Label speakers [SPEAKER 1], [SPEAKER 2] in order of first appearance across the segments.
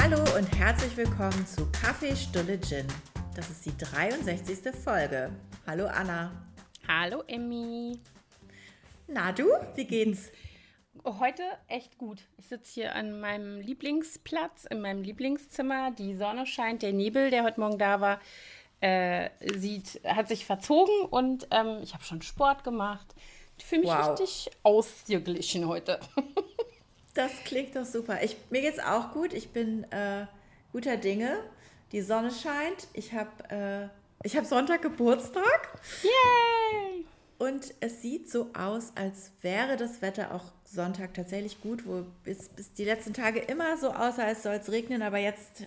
[SPEAKER 1] Hallo und herzlich willkommen zu Kaffee, Stulle, Gin. Das ist die 63. Folge. Hallo Anna.
[SPEAKER 2] Hallo Emmy.
[SPEAKER 1] Na du, wie geht's?
[SPEAKER 2] Heute echt gut. Ich sitze hier an meinem Lieblingsplatz, in meinem Lieblingszimmer. Die Sonne scheint, der Nebel, der heute Morgen da war, hat sich verzogen und ich habe schon Sport gemacht. Ich fühle mich richtig ausgeglichen heute.
[SPEAKER 1] Das klingt doch super. Mir geht's auch gut. Ich bin guter Dinge. Die Sonne scheint. Ich hab Sonntag Geburtstag.
[SPEAKER 2] Yay!
[SPEAKER 1] Und es sieht so aus, als wäre das Wetter auch Sonntag tatsächlich gut, wo bis die letzten Tage immer so aussah, als soll es regnen, aber jetzt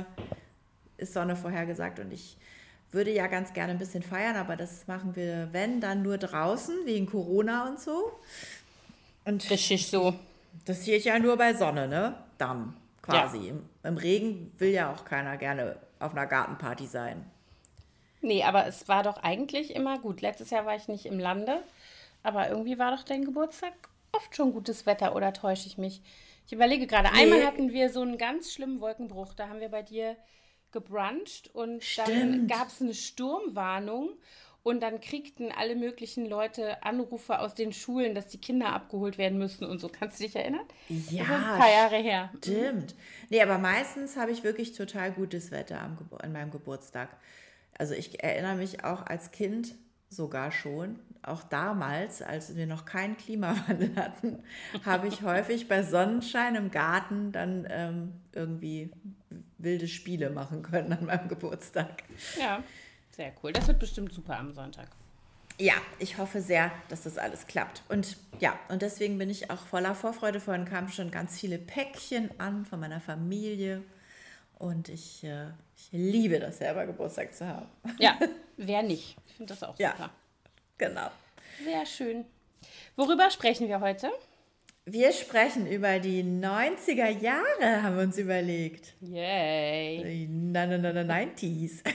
[SPEAKER 1] ist Sonne vorhergesagt und ich würde ja ganz gerne ein bisschen feiern, aber das machen wir, wenn, dann nur draußen, wegen Corona und so. Und
[SPEAKER 2] Richtig so.
[SPEAKER 1] das geht ja nur bei Sonne, ne? Dann quasi.
[SPEAKER 2] Ja.
[SPEAKER 1] Im Regen will ja auch keiner gerne auf einer Gartenparty sein.
[SPEAKER 2] Nee, aber es war doch eigentlich immer gut. Letztes Jahr war ich nicht im Lande, aber irgendwie war doch dein Geburtstag oft schon gutes Wetter, oder täusche ich mich? Ich überlege gerade, einmal hatten wir so einen ganz schlimmen Wolkenbruch, da haben wir bei dir gebruncht und dann gab es eine Sturmwarnung und dann kriegten alle möglichen Leute Anrufe aus den Schulen, dass die Kinder abgeholt werden müssen und so. Kannst du dich erinnern?
[SPEAKER 1] Ja,
[SPEAKER 2] das ist ein paar Jahre her.
[SPEAKER 1] Stimmt. Nee, aber meistens habe ich wirklich total gutes Wetter an meinem Geburtstag. Also ich erinnere mich auch als Kind sogar schon, auch damals, als wir noch keinen Klimawandel hatten, habe ich häufig bei Sonnenschein im Garten dann irgendwie wilde Spiele machen können an meinem Geburtstag.
[SPEAKER 2] Ja, sehr cool. Das wird bestimmt super am Sonntag.
[SPEAKER 1] Ja, ich hoffe sehr, dass das alles klappt. Und ja, und deswegen bin ich auch voller Vorfreude. Vorhin kamen schon ganz viele Päckchen an von meiner Familie. Und ich liebe das, selber Geburtstag zu haben.
[SPEAKER 2] Ja, wer nicht? Ich finde das auch super.
[SPEAKER 1] Ja, genau.
[SPEAKER 2] Sehr schön. Worüber sprechen wir heute?
[SPEAKER 1] Wir sprechen über die 90er Jahre, haben wir uns überlegt.
[SPEAKER 2] Yay.
[SPEAKER 1] Die 90s.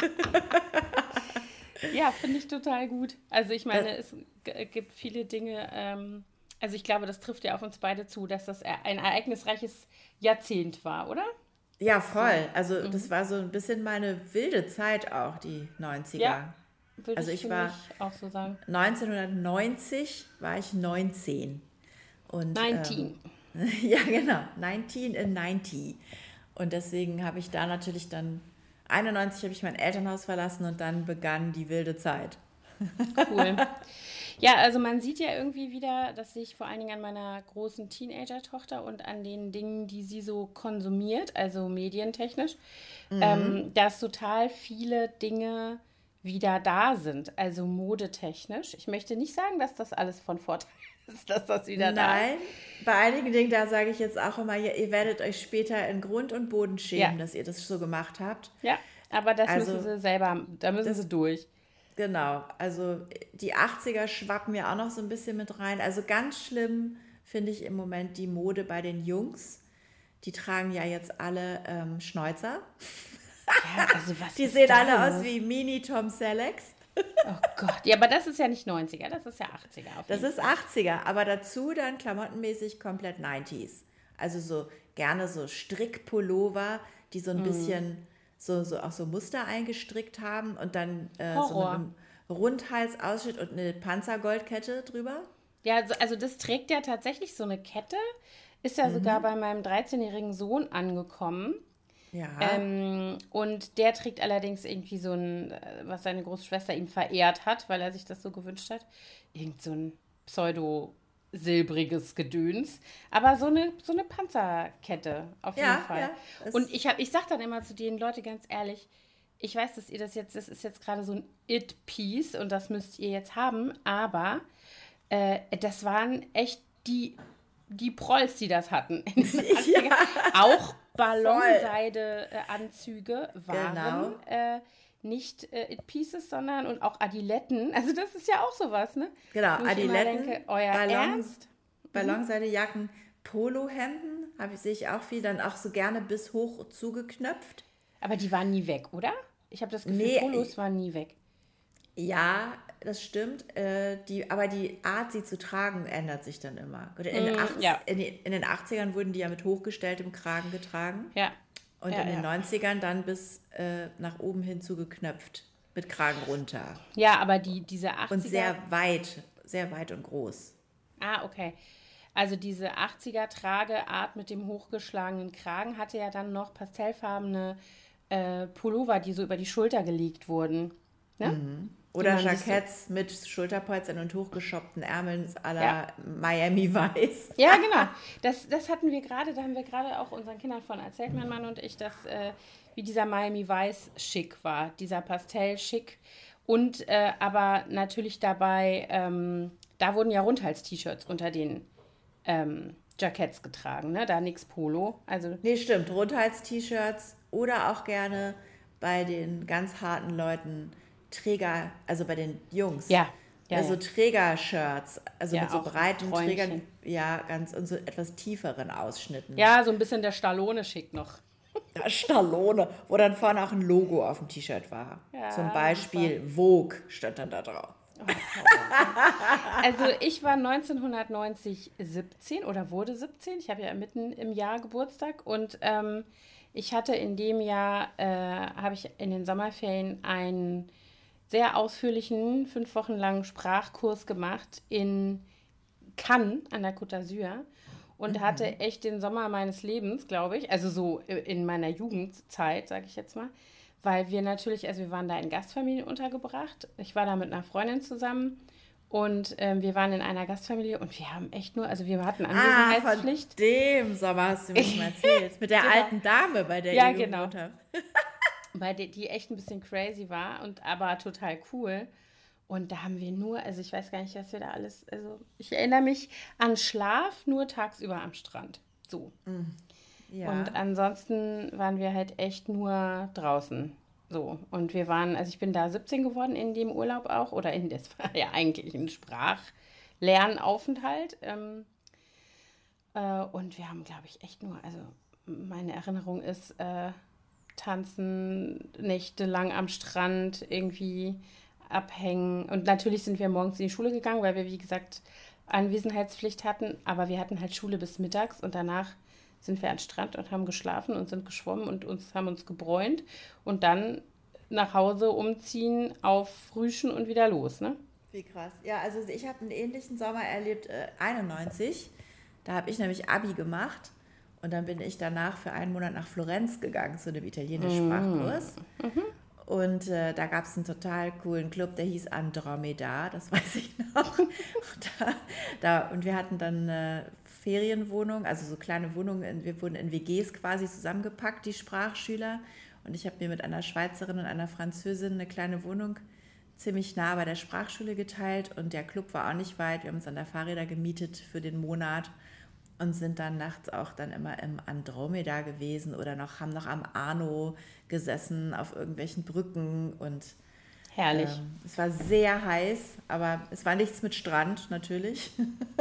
[SPEAKER 2] Ja, finde ich total gut. Also ich meine, es gibt viele Dinge, also ich glaube, das trifft ja auf uns beide zu, dass das ein ereignisreiches Jahrzehnt war, oder?
[SPEAKER 1] Ja, voll. Also das war so ein bisschen meine wilde Zeit auch, die 90er.
[SPEAKER 2] Ja, würde
[SPEAKER 1] Also
[SPEAKER 2] ich
[SPEAKER 1] war
[SPEAKER 2] auch so sagen.
[SPEAKER 1] 1990 war ich 19. Und,
[SPEAKER 2] 19.
[SPEAKER 1] Ja, genau. 19 in 90. Und deswegen habe ich da natürlich dann, 91 habe ich mein Elternhaus verlassen und dann begann die wilde Zeit.
[SPEAKER 2] Cool. Ja, also man sieht ja irgendwie wieder, das sehe ich vor allen Dingen an meiner großen Teenager-Tochter und an den Dingen, die sie so konsumiert, also medientechnisch, dass total viele Dinge wieder da sind, also modetechnisch. Ich möchte nicht sagen, dass das alles von Vorteil ist, dass das wieder da ist.
[SPEAKER 1] Nein, bei einigen Dingen, da sage ich jetzt auch immer, ihr werdet euch später in Grund und Boden schämen, dass ihr das so gemacht habt.
[SPEAKER 2] Ja, aber das
[SPEAKER 1] Also,
[SPEAKER 2] müssen sie selber, da müssen sie durch.
[SPEAKER 1] Genau, also die 80er schwappen ja auch noch so ein bisschen mit rein. Also ganz schlimm finde ich im Moment die Mode bei den Jungs. Die tragen ja jetzt alle Schnäuzer.
[SPEAKER 2] Ja, also was
[SPEAKER 1] Die
[SPEAKER 2] ist
[SPEAKER 1] sehen
[SPEAKER 2] da
[SPEAKER 1] alle aus
[SPEAKER 2] los?
[SPEAKER 1] wie Mini-Tom Sellecks.
[SPEAKER 2] Oh Gott, ja, aber das ist ja nicht 90er, das ist ja 80er auf
[SPEAKER 1] Das
[SPEAKER 2] jeden
[SPEAKER 1] ist 80er, aber dazu dann klamottenmäßig komplett 90s. Also so gerne so Strickpullover, die so ein bisschen so auch so Muster eingestrickt haben und dann so
[SPEAKER 2] Horror.
[SPEAKER 1] mit einem Rundhalsausschnitt und eine Panzergoldkette drüber.
[SPEAKER 2] Ja, also das trägt ja tatsächlich so eine Kette, ist ja sogar bei meinem 13-jährigen Sohn angekommen.
[SPEAKER 1] Ja.
[SPEAKER 2] Und der trägt allerdings irgendwie so ein, was seine Großschwester ihm verehrt hat, weil er sich das so gewünscht hat, irgend so ein pseudo-silbriges Gedöns. Aber so eine Panzerkette auf jeden Fall.
[SPEAKER 1] Ja,
[SPEAKER 2] Und ich sag dann immer zu denen, Leute, ganz ehrlich, ich weiß, dass ihr das ist jetzt gerade so ein It-Piece und das müsst ihr jetzt haben, aber das waren echt die Prolls, die das hatten. In den 80ern. Auch Ballonseideanzüge waren nicht It-Pieces, sondern und auch Adiletten. Also das ist ja auch sowas, ne?
[SPEAKER 1] Genau,
[SPEAKER 2] Wo ich immer
[SPEAKER 1] Adiletten,
[SPEAKER 2] denke, euer Ernst?
[SPEAKER 1] Ballonseidejacken, Polohemden, sehe ich auch viel, dann auch so gerne bis hoch zugeknöpft.
[SPEAKER 2] Aber die waren nie weg, oder? Ich habe das Gefühl,
[SPEAKER 1] Nee,
[SPEAKER 2] Polos waren nie weg.
[SPEAKER 1] Ja, das stimmt. Aber die Art, sie zu tragen, ändert sich dann immer. Oder in den 80ern wurden die ja mit hochgestelltem Kragen getragen.
[SPEAKER 2] Ja.
[SPEAKER 1] Und
[SPEAKER 2] Ja,
[SPEAKER 1] in den
[SPEAKER 2] ja.
[SPEAKER 1] 90ern dann bis nach oben hin zugeknöpft, mit Kragen runter.
[SPEAKER 2] Ja, aber diese
[SPEAKER 1] Und
[SPEAKER 2] 80er,
[SPEAKER 1] sehr weit und groß.
[SPEAKER 2] okay. Also diese 80er Trageart mit dem hochgeschlagenen Kragen hatte ja dann noch pastellfarbene Pullover, die so über die Schulter gelegt wurden. Ne? Die
[SPEAKER 1] Oder
[SPEAKER 2] man sich so.
[SPEAKER 1] Jacketts mit Schulterpolstern und hochgeschoppten Ärmeln à
[SPEAKER 2] Ja.
[SPEAKER 1] la Miami Vice.
[SPEAKER 2] Ja, genau. Das hatten wir gerade, da haben wir gerade auch unseren Kindern von erzählt, mein Mann und ich, dass wie dieser Miami Vice schick war, dieser Pastell-Schick. Und aber natürlich dabei, da wurden ja Rundhals-T-Shirts unter den Jacketts getragen, ne? Da nix Polo. Also,
[SPEAKER 1] Nee, stimmt. Rundhals-T-Shirts oder auch gerne bei den ganz harten Leuten Träger, also bei den Jungs.
[SPEAKER 2] ja, ja,
[SPEAKER 1] So
[SPEAKER 2] ja.
[SPEAKER 1] Trägershirts, also mit
[SPEAKER 2] Ja,
[SPEAKER 1] so
[SPEAKER 2] auch
[SPEAKER 1] breiten Trägern,
[SPEAKER 2] Träumchen.
[SPEAKER 1] ja, ganz und so etwas tieferen Ausschnitten.
[SPEAKER 2] Ja, so ein bisschen der Stallone-Schick noch.
[SPEAKER 1] Ja, Stallone, wo dann vorne auch ein Logo auf dem T-Shirt war. Zum
[SPEAKER 2] Ja, super.
[SPEAKER 1] Beispiel Vogue stand dann da drauf.
[SPEAKER 2] Also ich war 1990 17 oder wurde 17. Ich habe ja mitten im Jahr Geburtstag und ich hatte in dem Jahr, habe ich in den Sommerferien einen sehr ausführlichen, 5 Wochen langen Sprachkurs gemacht in Cannes an der Côte d'Azur und hatte echt den Sommer meines Lebens, glaube ich, also so in meiner Jugendzeit, sage ich jetzt mal, weil wir natürlich, also wir waren da in Gastfamilien untergebracht. Ich war da mit einer Freundin zusammen und wir waren in einer Gastfamilie und wir haben echt nur, also wir hatten
[SPEAKER 1] Ah, von
[SPEAKER 2] Anwesenheitspflicht.
[SPEAKER 1] dem Sommer hast du mir schon mal erzählt. Mit der
[SPEAKER 2] Genau.
[SPEAKER 1] alten Dame, bei der
[SPEAKER 2] Ja,
[SPEAKER 1] ihr
[SPEAKER 2] genau.
[SPEAKER 1] gewohnt habt.
[SPEAKER 2] Weil die echt ein bisschen crazy war und aber total cool. Und da haben wir nur, also ich weiß gar nicht, was wir da alles, also ich erinnere mich an Schlaf nur tagsüber am Strand. So.
[SPEAKER 1] Ja.
[SPEAKER 2] Und ansonsten waren wir halt echt nur draußen. So. Und wir waren, also ich bin da 17 geworden in dem Urlaub auch, oder das war ja eigentlich ein Sprachlernaufenthalt. Und wir haben, glaube ich, echt nur, also meine Erinnerung ist, tanzen, nächtelang am Strand, irgendwie abhängen. Und natürlich sind wir morgens in die Schule gegangen, weil wir, wie gesagt, Anwesenheitspflicht hatten. Aber wir hatten halt Schule bis mittags und danach sind wir an den Strand und haben geschlafen und sind geschwommen und haben uns gebräunt und dann nach Hause umziehen, auffrühstücken und wieder los, ne?
[SPEAKER 1] Wie krass. Ja, also ich habe einen ähnlichen Sommer erlebt, 91. Da habe ich nämlich Abi gemacht und dann bin ich danach für einen Monat nach Florenz gegangen zu einem Italienisch-Sprachkurs. Und da gab es einen total coolen Club, der hieß Andromeda, das weiß ich noch. Und wir hatten dann eine Ferienwohnung, also so kleine Wohnungen, wir wurden in WGs quasi zusammengepackt, die Sprachschüler. Und ich habe mir mit einer Schweizerin und einer Französin eine kleine Wohnung ziemlich nah bei der Sprachschule geteilt und der Club war auch nicht weit. Wir haben uns dann da Fahrräder gemietet für den Monat und sind dann nachts auch dann immer im Andromeda gewesen oder haben noch am Arno gesessen auf irgendwelchen Brücken und
[SPEAKER 2] Herrlich.
[SPEAKER 1] es war sehr heiß, aber es war nichts mit Strand natürlich.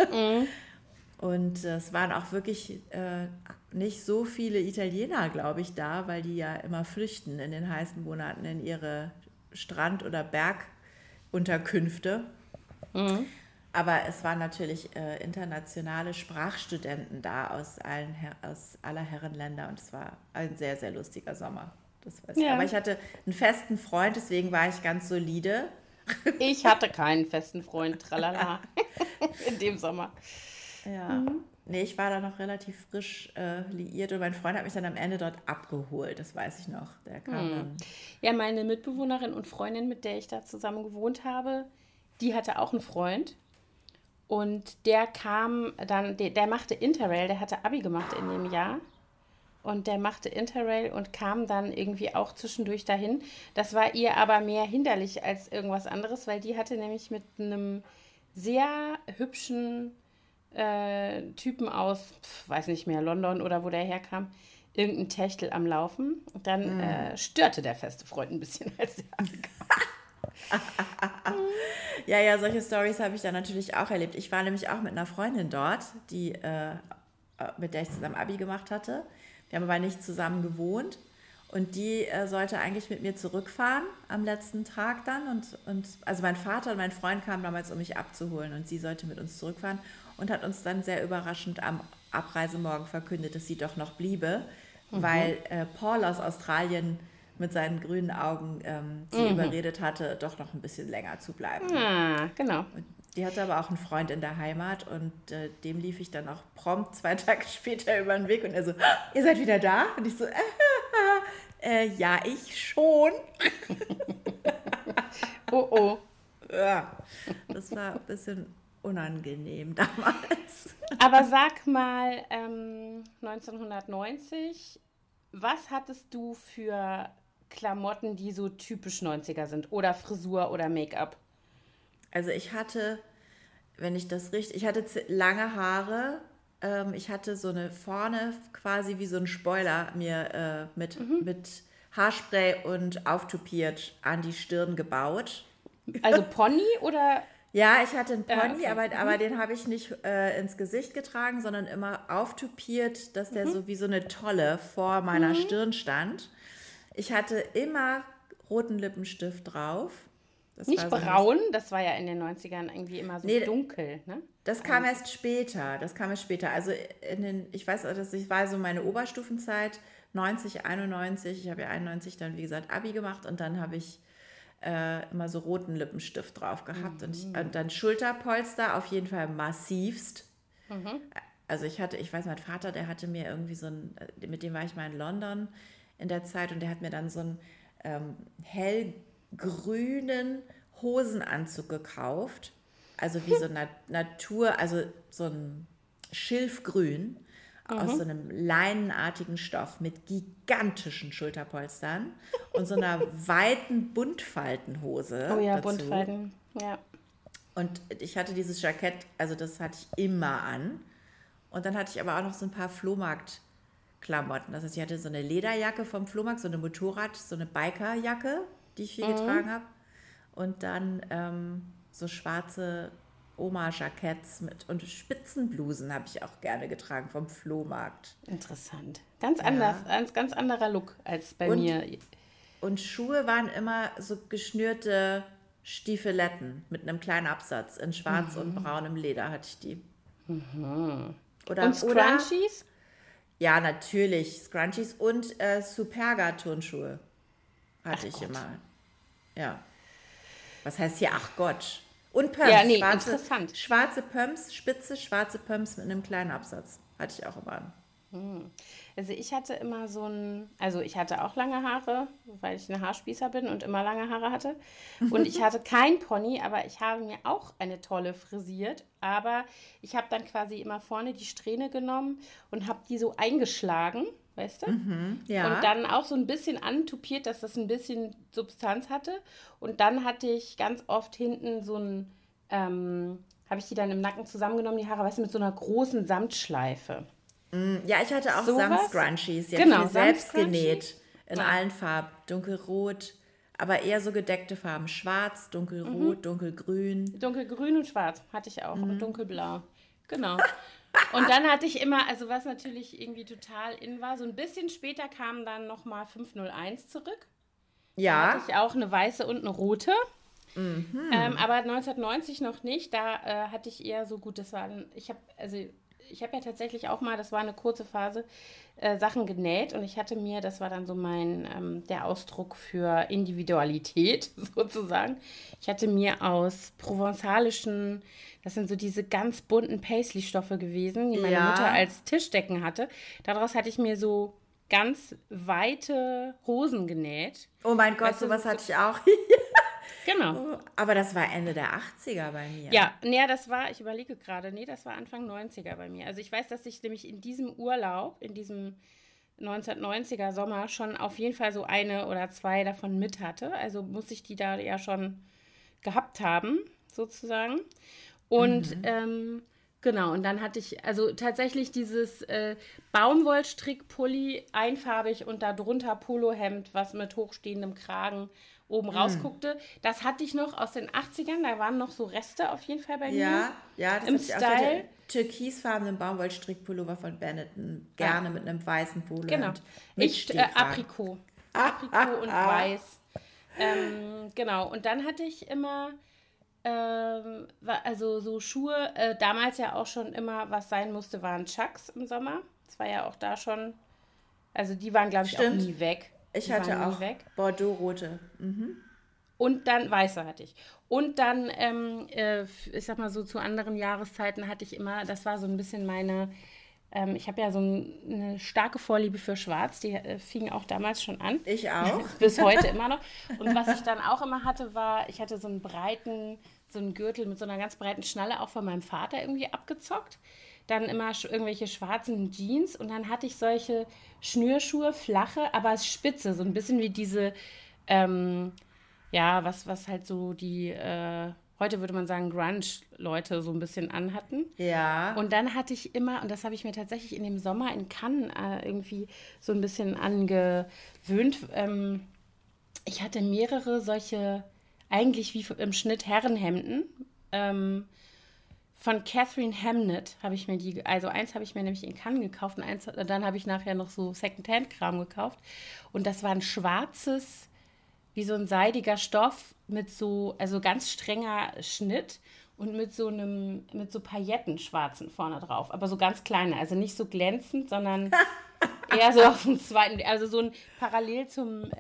[SPEAKER 1] Und es waren auch wirklich nicht so viele Italiener, glaube ich, da, weil die ja immer flüchten in den heißen Monaten in ihre Strand- oder Bergunterkünfte. Aber es waren natürlich internationale Sprachstudenten da aus aller Herren Länder und es war ein sehr, sehr lustiger Sommer. Das weiß ich.
[SPEAKER 2] Ja.
[SPEAKER 1] Aber ich hatte einen festen Freund, deswegen war ich ganz solide.
[SPEAKER 2] Ich hatte keinen festen Freund, tralala, in dem Sommer.
[SPEAKER 1] Ja. Nee, ich war da noch relativ frisch liiert und mein Freund hat mich dann am Ende dort abgeholt, das weiß ich noch. Der kam dann.
[SPEAKER 2] Ja, meine Mitbewohnerin und Freundin, mit der ich da zusammen gewohnt habe, die hatte auch einen Freund. Und der kam dann, der machte Interrail, der hatte Abi gemacht in dem Jahr. Und der machte Interrail und kam dann irgendwie auch zwischendurch dahin. Das war ihr aber mehr hinderlich als irgendwas anderes, weil die hatte nämlich mit einem sehr hübschen Typen aus, weiß nicht mehr, London oder wo der herkam, irgendein Techtel am Laufen. Und dann störte der feste Freund ein bisschen, als der ankam.
[SPEAKER 1] Ja, solche Stories habe ich dann natürlich auch erlebt. Ich war nämlich auch mit einer Freundin dort, mit der ich zusammen Abi gemacht hatte. Wir haben aber nicht zusammen gewohnt. Und die sollte eigentlich mit mir zurückfahren am letzten Tag dann. Und also mein Vater und mein Freund kamen damals, um mich abzuholen. Und sie sollte mit uns zurückfahren und hat uns dann sehr überraschend am Abreisemorgen verkündet, dass sie doch noch bliebe, weil Paul aus Australien mit seinen grünen Augen sie überredet hatte, doch noch ein bisschen länger zu bleiben.
[SPEAKER 2] Ah, genau.
[SPEAKER 1] Und die hatte aber auch einen Freund in der Heimat und dem lief ich dann auch prompt 2 Tage später über den Weg und er so, ihr seid wieder da? Und ich so, ja, ich schon.
[SPEAKER 2] Oh, oh.
[SPEAKER 1] Ja, das war ein bisschen unangenehm damals.
[SPEAKER 2] Aber sag mal, 1990, was hattest du für Klamotten, die so typisch 90er sind? Oder Frisur oder Make-up?
[SPEAKER 1] Also ich hatte lange Haare. Ich hatte so eine vorne quasi wie so ein Spoiler mir mit Haarspray und auftupiert an die Stirn gebaut.
[SPEAKER 2] Also Pony oder?
[SPEAKER 1] Ja, ich hatte einen
[SPEAKER 2] Ja,
[SPEAKER 1] Pony,
[SPEAKER 2] okay.
[SPEAKER 1] aber den habe ich nicht ins Gesicht getragen, sondern immer auftupiert, dass der so wie so eine Tolle vor meiner Stirn stand. Ich hatte immer roten Lippenstift drauf. Das
[SPEAKER 2] Nicht
[SPEAKER 1] war so ein
[SPEAKER 2] braun, das war ja in den 90ern irgendwie immer so
[SPEAKER 1] Nee,
[SPEAKER 2] dunkel, ne?
[SPEAKER 1] das kam erst später. Also ich weiß, das war so meine Oberstufenzeit, 90, 91. Ich habe ja 91 dann, wie gesagt, Abi gemacht und dann habe ich immer so roten Lippenstift drauf gehabt und dann Schulterpolster auf jeden Fall massivst. Also ich weiß, mein Vater, der hatte mir irgendwie mit dem war ich mal in London in der Zeit und der hat mir dann so einen hellgrünen Hosenanzug gekauft. Also wie so Natur, also so ein Schilfgrün aus so einem leinenartigen Stoff mit gigantischen Schulterpolstern und so einer weiten
[SPEAKER 2] Oh
[SPEAKER 1] Buntfaltenhose
[SPEAKER 2] ja,
[SPEAKER 1] dazu.
[SPEAKER 2] Buntfalten. Ja.
[SPEAKER 1] Und ich hatte dieses Jackett, also das hatte ich immer an. Und dann hatte ich aber auch noch so ein paar Flohmarktklamotten. Das heißt, ich hatte so eine Lederjacke vom Flohmarkt, so eine Bikerjacke, die ich viel getragen habe. Und dann so schwarze Oma-Jacketts und Spitzenblusen habe ich auch gerne getragen vom Flohmarkt.
[SPEAKER 2] Interessant. Ganz anders,
[SPEAKER 1] Ja.
[SPEAKER 2] ein ganz anderer Look als bei
[SPEAKER 1] Und,
[SPEAKER 2] mir.
[SPEAKER 1] und Schuhe waren immer so geschnürte Stiefeletten mit einem kleinen Absatz. In schwarz und braunem Leder hatte ich die.
[SPEAKER 2] Und
[SPEAKER 1] Oder
[SPEAKER 2] Scrunchies?
[SPEAKER 1] ja, natürlich, Scrunchies und Superga-Turnschuhe
[SPEAKER 2] Ach
[SPEAKER 1] hatte ich
[SPEAKER 2] Gott.
[SPEAKER 1] immer. Ja. Was heißt hier, ach Gott. Und
[SPEAKER 2] Ja,
[SPEAKER 1] Pumps,
[SPEAKER 2] nee, interessant.
[SPEAKER 1] schwarze Pumps, spitze schwarze Pumps mit einem kleinen Absatz. Hatte ich auch immer an.
[SPEAKER 2] Also ich hatte immer also ich hatte auch lange Haare, weil ich ein Haarspießer bin und immer lange Haare hatte. Und ich hatte kein Pony, aber ich habe mir auch eine tolle frisiert. Aber ich habe dann quasi immer vorne die Strähne genommen und habe die so eingeschlagen, weißt du? Und
[SPEAKER 1] Ja.
[SPEAKER 2] dann auch so ein bisschen antupiert, dass das ein bisschen Substanz hatte. Und dann hatte ich ganz oft hinten habe ich die dann im Nacken zusammengenommen, die Haare, weißt du, mit so einer großen Samtschleife.
[SPEAKER 1] Ja, ich hatte auch
[SPEAKER 2] Sowas?
[SPEAKER 1] Samt-Scrunchies. Die habe ich
[SPEAKER 2] Genau,
[SPEAKER 1] mir selbst
[SPEAKER 2] Samtscrunchie.
[SPEAKER 1] genäht. In
[SPEAKER 2] Ja.
[SPEAKER 1] allen Farben. Dunkelrot, aber eher so gedeckte Farben. Schwarz, dunkelrot, dunkelgrün.
[SPEAKER 2] Dunkelgrün und schwarz hatte ich auch und dunkelblau. Genau. Und dann hatte ich immer, also was natürlich irgendwie total in war, so ein bisschen später kam dann nochmal 501 zurück. Da hatte
[SPEAKER 1] Ja,
[SPEAKER 2] ich auch eine weiße und eine rote. Aber 1990 noch nicht. Da hatte ich eher so gut, ich habe ja tatsächlich auch mal, das war eine kurze Phase, Sachen genäht und ich hatte mir, das war dann so der Ausdruck für Individualität sozusagen. Ich hatte mir aus provenzalischen, das sind so diese ganz bunten Paisley-Stoffe gewesen, die meine Mutter
[SPEAKER 1] ja.
[SPEAKER 2] als Tischdecken hatte. Daraus hatte ich mir so ganz weite Hosen genäht.
[SPEAKER 1] Oh mein Gott,
[SPEAKER 2] Weißt du,
[SPEAKER 1] sowas hatte ich auch.
[SPEAKER 2] genau.
[SPEAKER 1] Aber das war Ende der 80er bei mir.
[SPEAKER 2] Ja, nee, ich überlege gerade, nee, das war Anfang 90er bei mir. Also ich weiß, dass ich nämlich in diesem Urlaub, in diesem 1990er Sommer schon auf jeden Fall so eine oder zwei davon mit hatte. Also muss ich die da ja schon gehabt haben, sozusagen. Und genau, und dann hatte ich also tatsächlich dieses Baumwollstrickpulli einfarbig und darunter Polohemd, was mit hochstehendem Kragen oben rausguckte. Das hatte ich noch aus den 80ern, da waren noch so Reste auf jeden Fall bei mir
[SPEAKER 1] Ja, das
[SPEAKER 2] im
[SPEAKER 1] hatte ich auch. Ich hatte
[SPEAKER 2] Style.
[SPEAKER 1] einen türkisfarbenen Baumwollstrickpullover von Benetton.
[SPEAKER 2] Ja,
[SPEAKER 1] Gerne mit einem weißen
[SPEAKER 2] genau.
[SPEAKER 1] Polohemd. Mit Stehkragen.
[SPEAKER 2] Aprikot. Aprikot und weiß. Genau, und dann hatte ich immer, also so Schuhe, damals ja auch schon immer, was sein musste, waren Chucks im Sommer. Das war ja auch da schon, Also die waren, glaube ich, auch
[SPEAKER 1] Stimmt.
[SPEAKER 2] nie weg.
[SPEAKER 1] Ich
[SPEAKER 2] Die waren
[SPEAKER 1] hatte
[SPEAKER 2] nie
[SPEAKER 1] auch
[SPEAKER 2] weg.
[SPEAKER 1] Bordeaux-rote.
[SPEAKER 2] Und dann, weiße hatte ich. Und dann, ich sag mal so, zu anderen Jahreszeiten hatte ich immer, das war so ein bisschen meine, ich habe ja so eine starke Vorliebe für Schwarz, die fing auch damals schon an.
[SPEAKER 1] Ich auch.
[SPEAKER 2] Bis heute immer noch. Und was ich dann auch immer hatte, ich hatte so einen Gürtel mit so einer ganz breiten Schnalle auch von meinem Vater irgendwie abgezockt. Dann immer irgendwelche schwarzen Jeans und dann hatte ich solche Schnürschuhe, flache, aber spitze, so ein bisschen wie diese, ja, was halt so die, heute würde man sagen, Grunge-Leute so ein bisschen anhatten.
[SPEAKER 1] Ja.
[SPEAKER 2] Und dann hatte ich immer, und das habe ich mir tatsächlich in dem Sommer in Cannes irgendwie so ein bisschen angewöhnt, ich hatte mehrere solche, eigentlich wie im Schnitt Herrenhemden, von Catherine Hamnett habe ich mir also eins habe ich mir nämlich in Cannes gekauft und dann habe ich nachher noch so Secondhand-Kram gekauft. Und das war ein schwarzes, wie so ein seidiger Stoff mit so, also ganz strenger Schnitt und mit so Pailletten schwarzen vorne drauf. Aber so ganz kleine, also nicht so glänzend, sondern eher so auf dem zweiten, also so ein parallel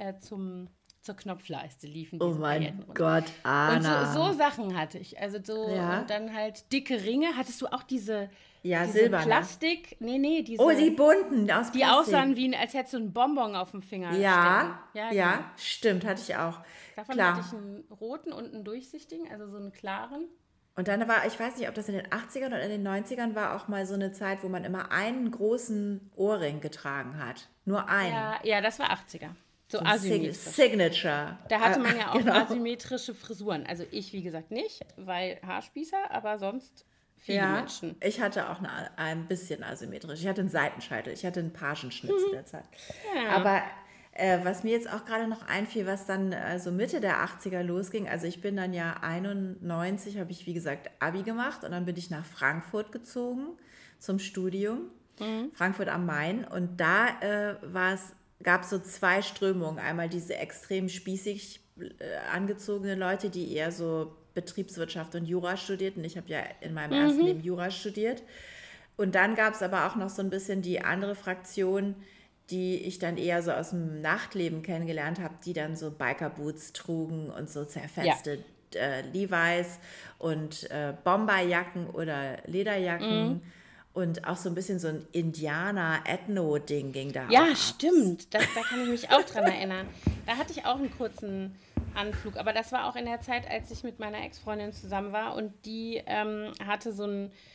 [SPEAKER 2] zur Knopfleiste liefen
[SPEAKER 1] Oh
[SPEAKER 2] diese Pailletten
[SPEAKER 1] mein
[SPEAKER 2] runter.
[SPEAKER 1] Gott,
[SPEAKER 2] Und
[SPEAKER 1] Anna.
[SPEAKER 2] so Sachen hatte ich. Also
[SPEAKER 1] Ja.
[SPEAKER 2] und dann halt dicke Ringe. Hattest du auch diese
[SPEAKER 1] Silberne.
[SPEAKER 2] Plastik? Nee, diese.
[SPEAKER 1] Oh, die bunten aus
[SPEAKER 2] die
[SPEAKER 1] Plastik.
[SPEAKER 2] aussahen als hättest du einen Bonbon auf dem Finger
[SPEAKER 1] Ja,
[SPEAKER 2] stecken.
[SPEAKER 1] ja,
[SPEAKER 2] Genau.
[SPEAKER 1] stimmt, hatte ich auch.
[SPEAKER 2] Davon
[SPEAKER 1] Klar.
[SPEAKER 2] hatte ich einen roten und einen durchsichtigen, also so einen klaren.
[SPEAKER 1] Und dann war, ich weiß nicht, ob das in den 80ern oder in den 90ern war, auch mal so eine Zeit, wo man immer einen großen Ohrring getragen hat. Nur einen.
[SPEAKER 2] Ja, das war 80er. So
[SPEAKER 1] Ein
[SPEAKER 2] asymmetrisch.
[SPEAKER 1] Signature.
[SPEAKER 2] Da hatte man ja auch
[SPEAKER 1] genau.
[SPEAKER 2] asymmetrische Frisuren. Also ich, wie gesagt, nicht, weil Haarspießer, aber sonst viele Menschen.
[SPEAKER 1] Ich hatte auch ein bisschen asymmetrisch. Ich hatte einen Seitenscheitel, ich hatte einen Pagenschnitt zu der Zeit.
[SPEAKER 2] Ja.
[SPEAKER 1] Aber was mir jetzt auch gerade noch einfiel, was dann so Mitte der 80er losging, also ich bin dann ja 91, habe ich wie gesagt Abi gemacht und dann bin ich nach Frankfurt gezogen zum Studium, Frankfurt am Main, und da gab es so zwei Strömungen. Einmal diese extrem spießig angezogene Leute, die eher so Betriebswirtschaft und Jura studierten. Ich habe ja in meinem ersten Leben Jura studiert. Und dann gab es aber auch noch so ein bisschen die andere Fraktion, die ich dann eher so aus dem Nachtleben kennengelernt habe, die dann so Biker-Boots trugen und so zerfetzte Levi's und Bomberjacken oder Lederjacken. Und auch so ein bisschen so ein Indianer-Ethno-Ding ging da
[SPEAKER 2] Ja,
[SPEAKER 1] auch ab.
[SPEAKER 2] stimmt. Da kann ich mich auch dran erinnern. Da hatte ich auch einen kurzen Anflug. Aber das war auch in der Zeit, als ich mit meiner Ex-Freundin zusammen war. Und die hatte so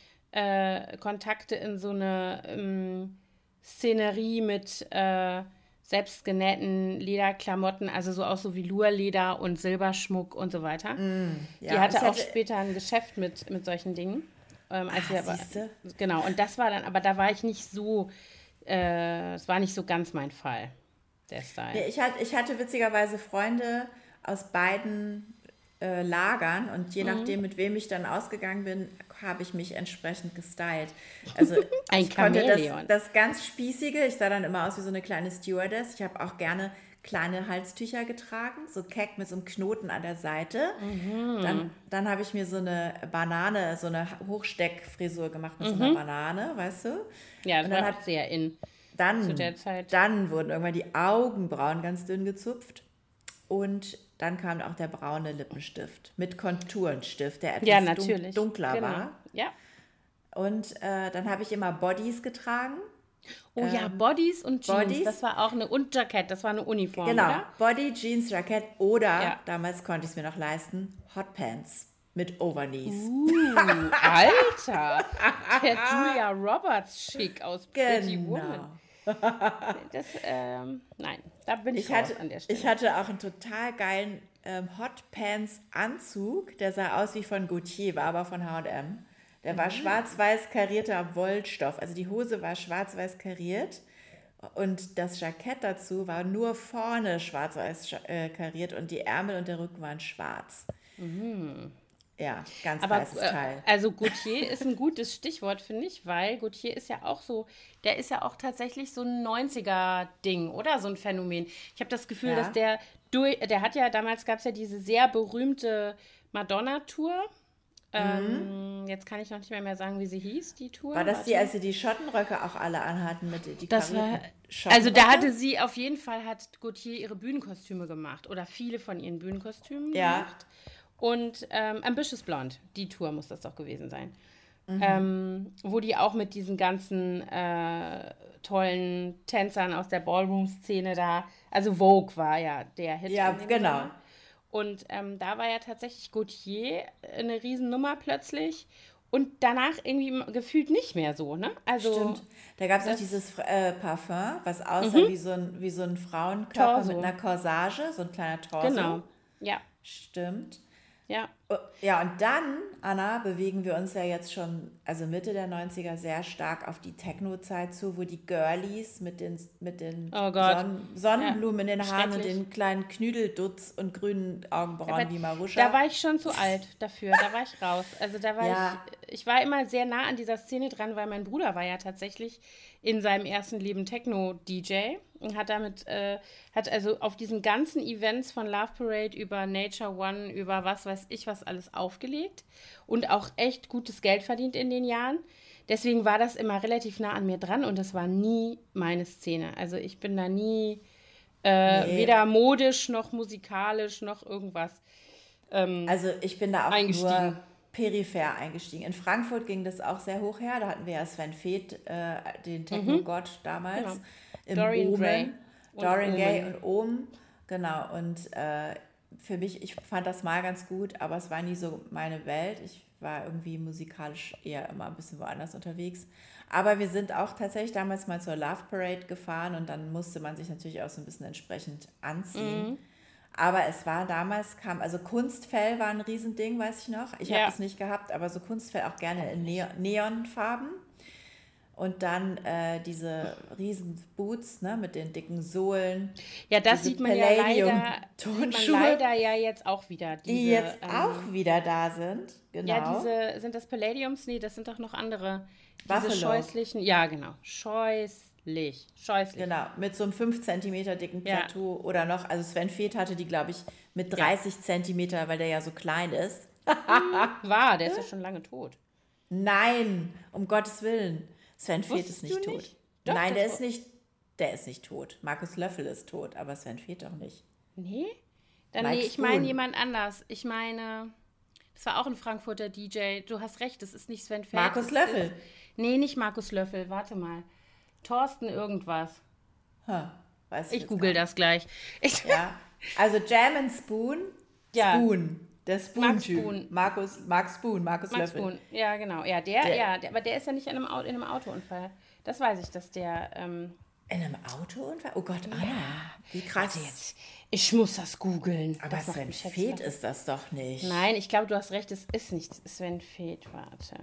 [SPEAKER 2] Kontakte in so eine Szenerie mit selbstgenähten Lederklamotten, also so auch so Velourleder und Silberschmuck und so weiter. Die hatte auch später ein Geschäft mit solchen Dingen.
[SPEAKER 1] Siehste?
[SPEAKER 2] Genau, und das war dann, aber da war ich nicht so, es war nicht so ganz mein Fall, der Style.
[SPEAKER 1] Ja, ich hatte witzigerweise Freunde aus beiden Lagern und je nachdem, mit wem ich dann ausgegangen bin, habe ich mich entsprechend gestylt. Also
[SPEAKER 2] Ein
[SPEAKER 1] ich konnte
[SPEAKER 2] Chamäleon.
[SPEAKER 1] das ganz Spießige, ich sah dann immer aus wie so eine kleine Stewardess. Ich habe auch gerne kleine Halstücher getragen, so keck mit so einem Knoten an der Seite. Dann habe ich mir so eine Banane, so eine Hochsteckfrisur gemacht mit so einer Banane, weißt du?
[SPEAKER 2] Ja, das
[SPEAKER 1] Und dann
[SPEAKER 2] war auch sehr in.
[SPEAKER 1] Dann,
[SPEAKER 2] zu der Zeit.
[SPEAKER 1] dann wurden irgendwann die Augenbrauen ganz dünn gezupft und dann kam auch der braune Lippenstift mit Konturenstift, der
[SPEAKER 2] Ja,
[SPEAKER 1] etwas
[SPEAKER 2] natürlich.
[SPEAKER 1] dunkler
[SPEAKER 2] Genau.
[SPEAKER 1] war.
[SPEAKER 2] Ja.
[SPEAKER 1] Und dann habe ich immer Bodies getragen.
[SPEAKER 2] Oh ja, Bodies und Jeans,
[SPEAKER 1] Bodies.
[SPEAKER 2] das war auch und Jackett, das war eine Uniform,
[SPEAKER 1] Genau,
[SPEAKER 2] oder?
[SPEAKER 1] Body, Jeans, Jackett oder,
[SPEAKER 2] Ja.
[SPEAKER 1] damals konnte ich es mir noch leisten, Hotpants mit Overknees.
[SPEAKER 2] Alter, der Julia Roberts schick aus Pretty
[SPEAKER 1] Genau.
[SPEAKER 2] Woman. Das, nein, da bin ich,
[SPEAKER 1] Ich hatte,
[SPEAKER 2] raus an der Stelle.
[SPEAKER 1] ich hatte auch einen total geilen Hotpants-Anzug, der sah aus wie von Gautier, war aber von H&M. Der war schwarz-weiß karierter Wollstoff. Also die Hose war schwarz-weiß kariert und das Jackett dazu war nur vorne schwarz-weiß kariert und die Ärmel und der Rücken waren schwarz. Ja, ganz
[SPEAKER 2] Aber
[SPEAKER 1] weißes Teil.
[SPEAKER 2] also Gautier ist ein gutes Stichwort, finde ich, weil Gautier ist ja auch so, der ist ja auch tatsächlich so ein 90er-Ding, oder? So ein Phänomen. Ich habe das Gefühl,
[SPEAKER 1] Ja.
[SPEAKER 2] dass der hat ja, damals gab es ja diese sehr berühmte Madonna-Tour Jetzt kann ich noch nicht mehr sagen, wie sie hieß, die Tour.
[SPEAKER 1] War das die,
[SPEAKER 2] Warte.
[SPEAKER 1] als sie die Schottenröcke auch alle anhatten mit die
[SPEAKER 2] Das war,
[SPEAKER 1] karierten
[SPEAKER 2] also da
[SPEAKER 1] Schottenröcke?
[SPEAKER 2] hatte sie auf jeden Fall, hat Gautier ihre Bühnenkostüme gemacht oder viele von ihren Bühnenkostümen
[SPEAKER 1] Ja.
[SPEAKER 2] gemacht. Und Ambitious Blonde, die Tour muss das doch gewesen sein. Wo die auch mit diesen ganzen tollen Tänzern aus der Ballroom-Szene da, also Vogue war ja der Hit
[SPEAKER 1] Ja,
[SPEAKER 2] in dem
[SPEAKER 1] genau.
[SPEAKER 2] Sommer. Und da war ja tatsächlich Gautier eine Riesennummer plötzlich und danach irgendwie gefühlt nicht mehr so, ne? Also
[SPEAKER 1] Stimmt. Da gab es auch
[SPEAKER 2] das
[SPEAKER 1] dieses Parfum, was aussah wie so ein Frauenkörper mit
[SPEAKER 2] Torso,
[SPEAKER 1] einer Corsage, so ein kleiner Torso.
[SPEAKER 2] genau. Ja,
[SPEAKER 1] Stimmt.
[SPEAKER 2] ja.
[SPEAKER 1] Ja, und dann, Anna, bewegen wir uns ja jetzt schon, also Mitte der 90er, sehr stark auf die Techno-Zeit zu, wo die Girlies mit den
[SPEAKER 2] Oh Gott. Ja,
[SPEAKER 1] Sonnenblumen in den Haaren und
[SPEAKER 2] schrecklich.
[SPEAKER 1] den kleinen Knüdeldutz und grünen Augenbrauen
[SPEAKER 2] Aber
[SPEAKER 1] wie
[SPEAKER 2] da
[SPEAKER 1] Maruscha.
[SPEAKER 2] war ich schon zu alt dafür, da war ich raus. Also da war
[SPEAKER 1] Ja,
[SPEAKER 2] ich war immer sehr nah an dieser Szene dran, weil mein Bruder war ja tatsächlich in seinem ersten Leben Techno-DJ und hat hat also auf diesen ganzen Events von Love Parade über Nature One, über was weiß ich was alles aufgelegt und auch echt gutes Geld verdient in den Jahren. Deswegen war das immer relativ nah an mir dran und das war nie meine Szene. Also ich bin da nie
[SPEAKER 1] nee.
[SPEAKER 2] weder modisch noch musikalisch noch irgendwas
[SPEAKER 1] Also ich bin da auch nur
[SPEAKER 2] eingestiegen.
[SPEAKER 1] peripher eingestiegen. In Frankfurt ging das auch sehr hoch her. Da hatten wir ja Sven Feth, den Techno-Gott
[SPEAKER 2] Genau.
[SPEAKER 1] damals, im
[SPEAKER 2] Dorian Gray
[SPEAKER 1] Omen.
[SPEAKER 2] und
[SPEAKER 1] Dorian Gay
[SPEAKER 2] Omen.
[SPEAKER 1] und Ohm. Genau. Und für mich, ich fand das mal ganz gut, aber es war nie so meine Welt. Ich war irgendwie musikalisch eher immer ein bisschen woanders unterwegs. Aber wir sind auch tatsächlich damals mal zur Love Parade gefahren und dann musste man sich natürlich auch so ein bisschen entsprechend anziehen. Aber es war damals, also Kunstfell war ein Riesending, weiß ich noch. Ich habe
[SPEAKER 2] Ja,
[SPEAKER 1] das nicht gehabt, aber so Kunstfell auch gerne in
[SPEAKER 2] ich.
[SPEAKER 1] Neonfarben. Und dann diese riesen Boots, ne, mit den dicken Sohlen,
[SPEAKER 2] Ja, das
[SPEAKER 1] diese
[SPEAKER 2] sieht man ja
[SPEAKER 1] Palladium-Tonschuhe,
[SPEAKER 2] leider ja jetzt auch wieder.
[SPEAKER 1] die
[SPEAKER 2] Diese,
[SPEAKER 1] jetzt auch wieder da sind.
[SPEAKER 2] ja,
[SPEAKER 1] Genau.
[SPEAKER 2] sind das Palladiums? Nee, das sind doch noch andere. Diese
[SPEAKER 1] Buffalo.
[SPEAKER 2] scheußlichen, ja, genau. Scheußlich.
[SPEAKER 1] Genau, mit so einem 5 Zentimeter dicken
[SPEAKER 2] Ja,
[SPEAKER 1] Tattoo oder noch, also Sven Feth hatte die, glaube ich, mit
[SPEAKER 2] ja.
[SPEAKER 1] 30 Zentimeter, weil der ja so klein ist.
[SPEAKER 2] Der ist ja schon lange tot.
[SPEAKER 1] Nein, um Gottes Willen. Sven Feth ist
[SPEAKER 2] Wusstest du
[SPEAKER 1] nicht tot.
[SPEAKER 2] nicht? Doch,
[SPEAKER 1] Nein, der ist nicht tot. Markus Löffel ist tot, aber Sven Feth doch nicht.
[SPEAKER 2] Nee? Dann, nee,
[SPEAKER 1] Mike
[SPEAKER 2] ich meine
[SPEAKER 1] Spoon.
[SPEAKER 2] jemand anders. Ich meine, das war auch ein Frankfurter DJ. Du hast recht, das ist nicht Sven Feth.
[SPEAKER 1] Markus Löffel.
[SPEAKER 2] Nee, nicht Markus Löffel. Warte mal. Thorsten irgendwas.
[SPEAKER 1] Weiß ich
[SPEAKER 2] Ich
[SPEAKER 1] jetzt gar
[SPEAKER 2] google
[SPEAKER 1] nicht.
[SPEAKER 2] das gleich.
[SPEAKER 1] Ja, also Jam and Spoon.
[SPEAKER 2] Ja,
[SPEAKER 1] Spoon. Der
[SPEAKER 2] Mark
[SPEAKER 1] Spoon-Typ.
[SPEAKER 2] Spoon.
[SPEAKER 1] Mark Spoon, Markus
[SPEAKER 2] Max
[SPEAKER 1] Löffel.
[SPEAKER 2] Spoon. Ja, genau. Ja,
[SPEAKER 1] Der,
[SPEAKER 2] aber der ist ja nicht in einem Autounfall. Das weiß ich, dass der.
[SPEAKER 1] in einem Autounfall? Oh Gott, Anna. Wie
[SPEAKER 2] Warte
[SPEAKER 1] krass.
[SPEAKER 2] jetzt. Ich muss das googeln.
[SPEAKER 1] Aber
[SPEAKER 2] Das macht
[SPEAKER 1] Sven
[SPEAKER 2] mich jetzt
[SPEAKER 1] Feth
[SPEAKER 2] noch.
[SPEAKER 1] ist das doch nicht.
[SPEAKER 2] Nein, ich glaube, du hast recht, es ist nicht Sven Feth. Warte.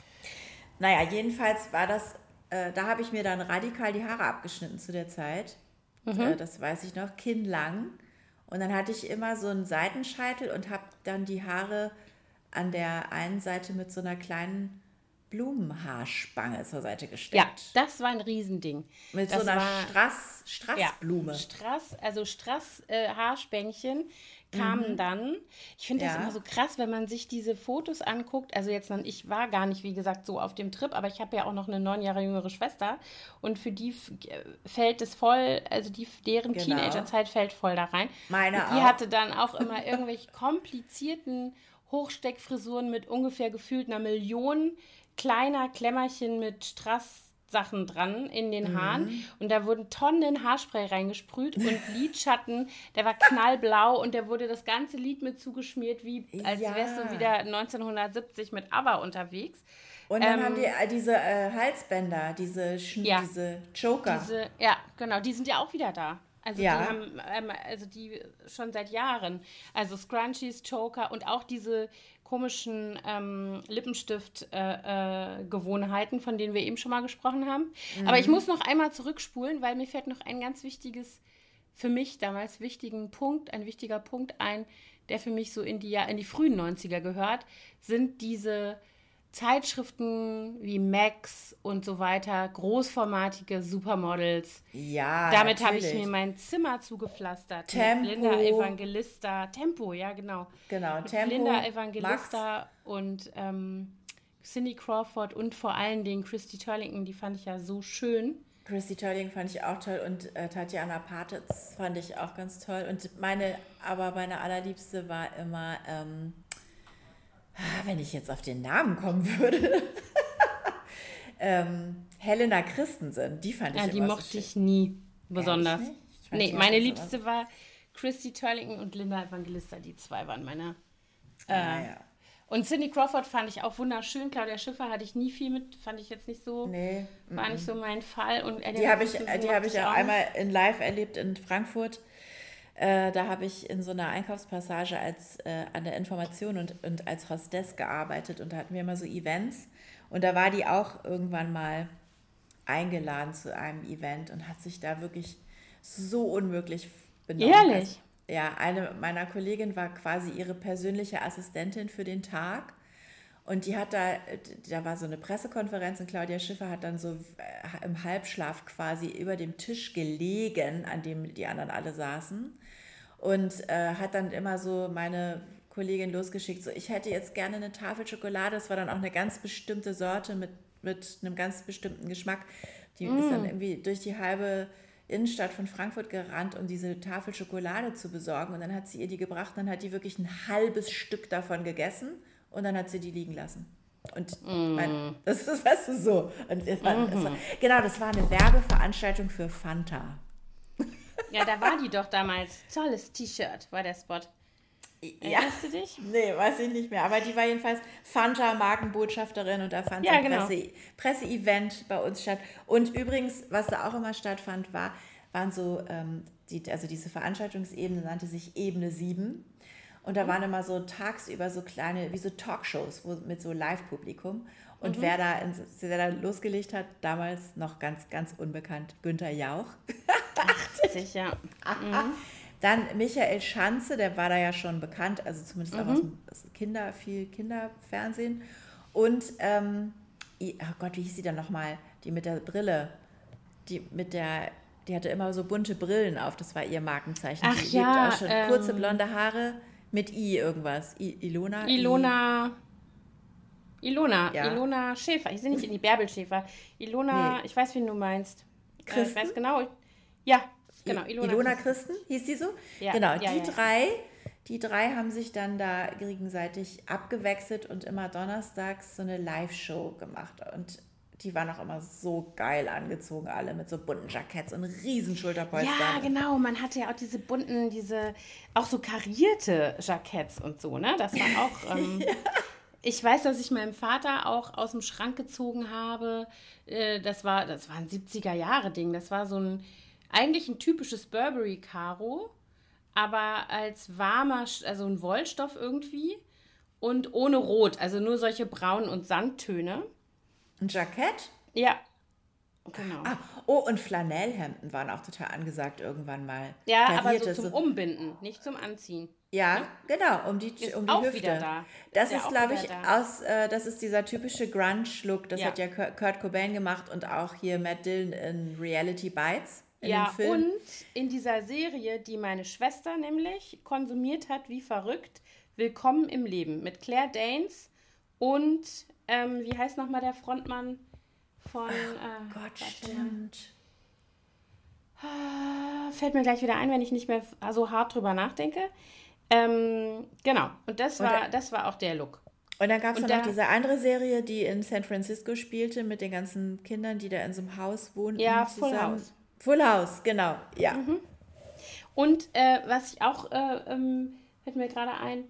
[SPEAKER 1] Naja, jedenfalls war das, da habe ich mir dann radikal die Haare abgeschnitten zu der Zeit. Das weiß ich noch, kinnlang. Und dann hatte ich immer so einen Seitenscheitel und habe dann die Haare an der einen Seite mit so einer kleinen Blumenhaarspange zur Seite
[SPEAKER 2] Ja,
[SPEAKER 1] gesteckt.
[SPEAKER 2] das war ein Riesending.
[SPEAKER 1] Mit so
[SPEAKER 2] Das
[SPEAKER 1] einer
[SPEAKER 2] war, ja,
[SPEAKER 1] Strassblume.
[SPEAKER 2] Haarspänkchen kamen dann. Ich finde das immer
[SPEAKER 1] Ja,
[SPEAKER 2] so krass, wenn man sich diese Fotos anguckt. Also jetzt, ich war gar nicht, wie gesagt, so auf dem Trip, aber ich habe ja auch noch eine 9 Jahre jüngere Schwester und für die fällt es voll, also deren
[SPEAKER 1] genau.
[SPEAKER 2] Teenagerzeit fällt voll da rein. Und
[SPEAKER 1] Meine
[SPEAKER 2] die
[SPEAKER 1] auch.
[SPEAKER 2] hatte dann auch immer irgendwelche komplizierten Hochsteckfrisuren mit ungefähr gefühlt einer Million kleiner Klemmerchen mit Strasssachen dran in den Haaren und da wurden Tonnen Haarspray reingesprüht und Lidschatten, der war knallblau und der wurde das ganze Lied mit zugeschmiert, wie als wärst du
[SPEAKER 1] Ja.
[SPEAKER 2] wieder 1970 mit ABBA unterwegs.
[SPEAKER 1] Und dann haben die diese Halsbänder,
[SPEAKER 2] Ja,
[SPEAKER 1] diese Joker.
[SPEAKER 2] ja, genau, die sind ja auch wieder da. Also die
[SPEAKER 1] Ja,
[SPEAKER 2] haben, also die schon seit Jahren. Also Scrunchies, Choker und auch diese komischen Lippenstift-Gewohnheiten, von denen wir eben schon mal gesprochen haben. Aber ich muss noch einmal zurückspulen, weil mir fällt noch ein ganz wichtiges, für mich damals ein wichtiger Punkt ein, der für mich so in die frühen 90er gehört, sind diese Zeitschriften wie Max und so weiter, großformatige Supermodels.
[SPEAKER 1] Ja,
[SPEAKER 2] Damit habe ich mir
[SPEAKER 1] natürlich.
[SPEAKER 2] mein Zimmer zugepflastert mit Linda
[SPEAKER 1] Tempo,
[SPEAKER 2] Evangelista. Tempo, ja genau.
[SPEAKER 1] genau,
[SPEAKER 2] Mit Linda
[SPEAKER 1] Tempo, Max.
[SPEAKER 2] Evangelista und Cindy Crawford und vor allen Dingen Christy Turlington, die fand ich ja so schön.
[SPEAKER 1] Christy Turling fand ich auch toll und Tatjana Patitz fand ich auch ganz toll. Und meine allerliebste war immer, wenn ich jetzt auf den Namen kommen würde, Helena Christensen, die fand
[SPEAKER 2] Ja,
[SPEAKER 1] ich
[SPEAKER 2] die
[SPEAKER 1] immer so
[SPEAKER 2] mochte
[SPEAKER 1] schön.
[SPEAKER 2] ich nie
[SPEAKER 1] Ehrlich
[SPEAKER 2] besonders.
[SPEAKER 1] nicht? Ich fand
[SPEAKER 2] Nee,
[SPEAKER 1] die
[SPEAKER 2] meine
[SPEAKER 1] immer so.
[SPEAKER 2] Liebste war Christy Turlington und Linda Evangelista. Die zwei waren meine.
[SPEAKER 1] Ah
[SPEAKER 2] Äh,
[SPEAKER 1] ja.
[SPEAKER 2] und Cindy Crawford fand ich auch wunderschön. Claudia Schiffer hatte ich nie viel mit, fand ich jetzt nicht so,
[SPEAKER 1] Nee.
[SPEAKER 2] war nicht so mein Fall. Und
[SPEAKER 1] Die
[SPEAKER 2] Elena
[SPEAKER 1] habe ich,
[SPEAKER 2] Christensen
[SPEAKER 1] die habe
[SPEAKER 2] mochte
[SPEAKER 1] ich
[SPEAKER 2] ich
[SPEAKER 1] auch
[SPEAKER 2] auch nicht.
[SPEAKER 1] einmal in Live erlebt in Frankfurt. Da habe ich in so einer Einkaufspassage an der Information und als Hostess gearbeitet und da hatten wir immer so Events und da war die auch irgendwann mal eingeladen zu einem Event und hat sich da wirklich so unmöglich benommen. Also,
[SPEAKER 2] Ehrlich.
[SPEAKER 1] ja, eine meiner Kolleginnen war quasi ihre persönliche Assistentin für den Tag und da war so eine Pressekonferenz und Claudia Schiffer hat dann so im Halbschlaf quasi über dem Tisch gelegen, an dem die anderen alle saßen und hat dann immer so meine Kollegin losgeschickt, so ich hätte jetzt gerne eine Tafel Schokolade, das war dann auch eine ganz bestimmte Sorte mit einem ganz bestimmten Geschmack. Die ist dann irgendwie durch die halbe Innenstadt von Frankfurt gerannt, um diese Tafel Schokolade zu besorgen und dann hat sie ihr die gebracht, dann hat die wirklich ein halbes Stück davon gegessen und dann hat sie die liegen lassen. Und das ist, weißt du, so. Und genau, das war eine Werbeveranstaltung für Fanta.
[SPEAKER 2] Ja, da war die doch damals. Tolles T-Shirt war der Spot.
[SPEAKER 1] Ja,
[SPEAKER 2] Erinnerst du dich?
[SPEAKER 1] nee, weiß ich nicht mehr. Aber die war jedenfalls Fanta-Markenbotschafterin und da fand so
[SPEAKER 2] Ja,
[SPEAKER 1] ein
[SPEAKER 2] genau.
[SPEAKER 1] Presseevent bei uns statt. Und übrigens, was da auch immer stattfand, waren so, also diese Veranstaltungsebene nannte sich Ebene 7. Und da waren immer so tagsüber so kleine, wie so Talkshows mit so Live-Publikum. Und wer da losgelegt hat, damals noch ganz, ganz unbekannt, Günther Jauch.
[SPEAKER 2] Sicher.
[SPEAKER 1] Dann Michael Schanze, der war da ja schon bekannt, also zumindest auch aus viel Kinderfernsehen. Und, oh Gott, wie hieß sie dann nochmal? Die mit der Brille, die hatte immer so bunte Brillen auf, das war ihr Markenzeichen.
[SPEAKER 2] Ach
[SPEAKER 1] Die lebt auch
[SPEAKER 2] ja,
[SPEAKER 1] schon, kurze blonde Haare mit irgendwas.
[SPEAKER 2] Ilona,
[SPEAKER 1] Ja,
[SPEAKER 2] Ilona Schäfer. Ich sehe nicht in die Bärbel Schäfer. Ilona,
[SPEAKER 1] nee,
[SPEAKER 2] ich weiß, wen du meinst. Ich
[SPEAKER 1] Christen?
[SPEAKER 2] weiß genau. Ja, genau, Ilona
[SPEAKER 1] Ilona
[SPEAKER 2] Christen.
[SPEAKER 1] Christen, hieß die so?
[SPEAKER 2] Ja,
[SPEAKER 1] Genau,
[SPEAKER 2] ja, ja, ja.
[SPEAKER 1] die drei haben sich dann da gegenseitig abgewechselt und immer donnerstags so eine Live-Show gemacht. Und die waren auch immer so geil angezogen, alle mit so bunten Jacketts und riesen
[SPEAKER 2] Ja,
[SPEAKER 1] Schulterpolstern.
[SPEAKER 2] genau. Man hatte ja auch diese bunten, auch so karierte Jacketts und so, ne? Das war auch. Ich weiß, dass ich meinem Vater auch aus dem Schrank gezogen habe. Das war ein 70er-Jahre-Ding. Das war eigentlich ein typisches Burberry-Karo, aber als warmer, also ein Wollstoff irgendwie und ohne Rot, also nur solche Braun- und Sandtöne.
[SPEAKER 1] Ein Jackett?
[SPEAKER 2] Ja, genau.
[SPEAKER 1] Oh, und Flanellhemden waren auch total angesagt irgendwann mal.
[SPEAKER 2] Ja, aber so
[SPEAKER 1] Karierte,
[SPEAKER 2] zum
[SPEAKER 1] so.
[SPEAKER 2] Umbinden, nicht zum Anziehen.
[SPEAKER 1] Ja, genau,
[SPEAKER 2] Ist
[SPEAKER 1] um die
[SPEAKER 2] auch wieder
[SPEAKER 1] Hüfte.
[SPEAKER 2] da.
[SPEAKER 1] Das
[SPEAKER 2] Ist ja
[SPEAKER 1] ist,
[SPEAKER 2] auch
[SPEAKER 1] glaube
[SPEAKER 2] wieder
[SPEAKER 1] ich,
[SPEAKER 2] da.
[SPEAKER 1] das ist dieser typische Grunge-Look. Das
[SPEAKER 2] Ja.
[SPEAKER 1] hat ja Kurt Cobain gemacht und auch hier Matt Dillon in Reality Bites, in dem
[SPEAKER 2] Ja,
[SPEAKER 1] Film.
[SPEAKER 2] und in dieser Serie, die meine Schwester nämlich konsumiert hat, wie verrückt, Willkommen im Leben mit Claire Danes und, wie heißt nochmal der Frontmann von,
[SPEAKER 1] Gott,
[SPEAKER 2] warte mal.
[SPEAKER 1] stimmt.
[SPEAKER 2] Fällt mir gleich wieder ein, wenn ich nicht mehr so hart drüber nachdenke. Genau, und das
[SPEAKER 1] Und,
[SPEAKER 2] war auch der Look.
[SPEAKER 1] und dann gab es
[SPEAKER 2] Und
[SPEAKER 1] noch
[SPEAKER 2] da,
[SPEAKER 1] diese andere Serie, die in San Francisco spielte, mit den ganzen Kindern, die da in so einem Haus wohnten
[SPEAKER 2] ja, Full
[SPEAKER 1] zusammen.
[SPEAKER 2] House.
[SPEAKER 1] Full House, genau, ja.
[SPEAKER 2] Und was ich auch, fällt mir gerade ein,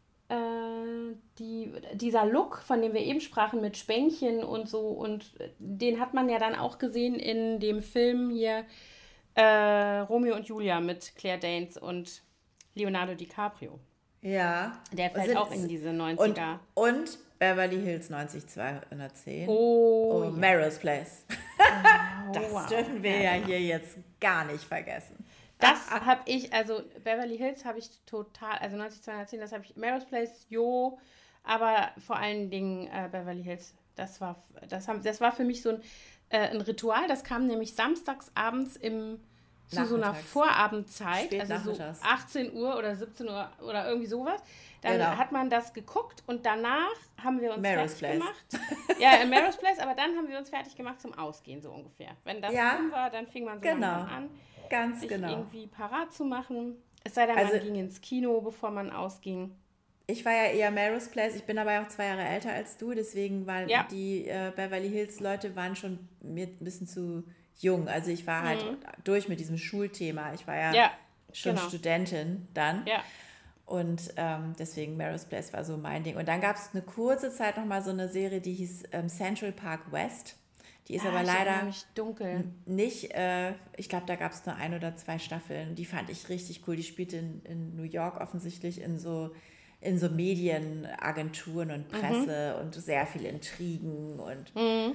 [SPEAKER 2] dieser Look, von dem wir eben sprachen, mit Spänkchen und so, und den hat man ja dann auch gesehen in dem Film hier Romeo und Julia mit Claire Danes und Leonardo DiCaprio.
[SPEAKER 1] Ja.
[SPEAKER 2] Der fällt auch in diese
[SPEAKER 1] und,
[SPEAKER 2] 90er.
[SPEAKER 1] und Beverly Hills 90210.
[SPEAKER 2] Oh,
[SPEAKER 1] Oh,
[SPEAKER 2] ja.
[SPEAKER 1] Melrose Place. Das
[SPEAKER 2] wow.
[SPEAKER 1] dürfen wir ja hier jetzt gar nicht vergessen.
[SPEAKER 2] Das habe ich, also Beverly Hills habe ich total, also 90210, das habe ich, Melrose Place, jo, aber vor allen Dingen Beverly Hills. Das war für mich so ein Ritual. Das kam nämlich samstags abends zu so einer Vorabendzeit, also so 18 Uhr oder 17 Uhr oder irgendwie sowas. Dann hat man das geguckt und danach haben wir uns fertig gemacht. Ja, in Melrose Place, aber dann haben wir uns fertig gemacht zum Ausgehen, so ungefähr. Wenn das rum war, dann fing man so langsam an, sich irgendwie parat zu machen. Es sei denn, man ging ins Kino, bevor man ausging.
[SPEAKER 1] Ich war ja eher Melrose Place, ich bin aber auch 2 Jahre älter als du, deswegen waren die Beverly Hills Leute waren schon mir ein bisschen zu jung. Also ich war halt durch mit diesem Schulthema. Ich war ja schon Studentin dann. Ja. Und deswegen Melrose Place war so mein Ding. Und dann gab es eine kurze Zeit nochmal so eine Serie, die hieß Central Park West. Die ist aber leider
[SPEAKER 2] dunkel.
[SPEAKER 1] Nicht, ich glaube, da gab es nur 1 oder 2 Staffeln. Die fand ich richtig cool. Die spielte in New York offensichtlich in so Medienagenturen und Presse und sehr viele Intrigen und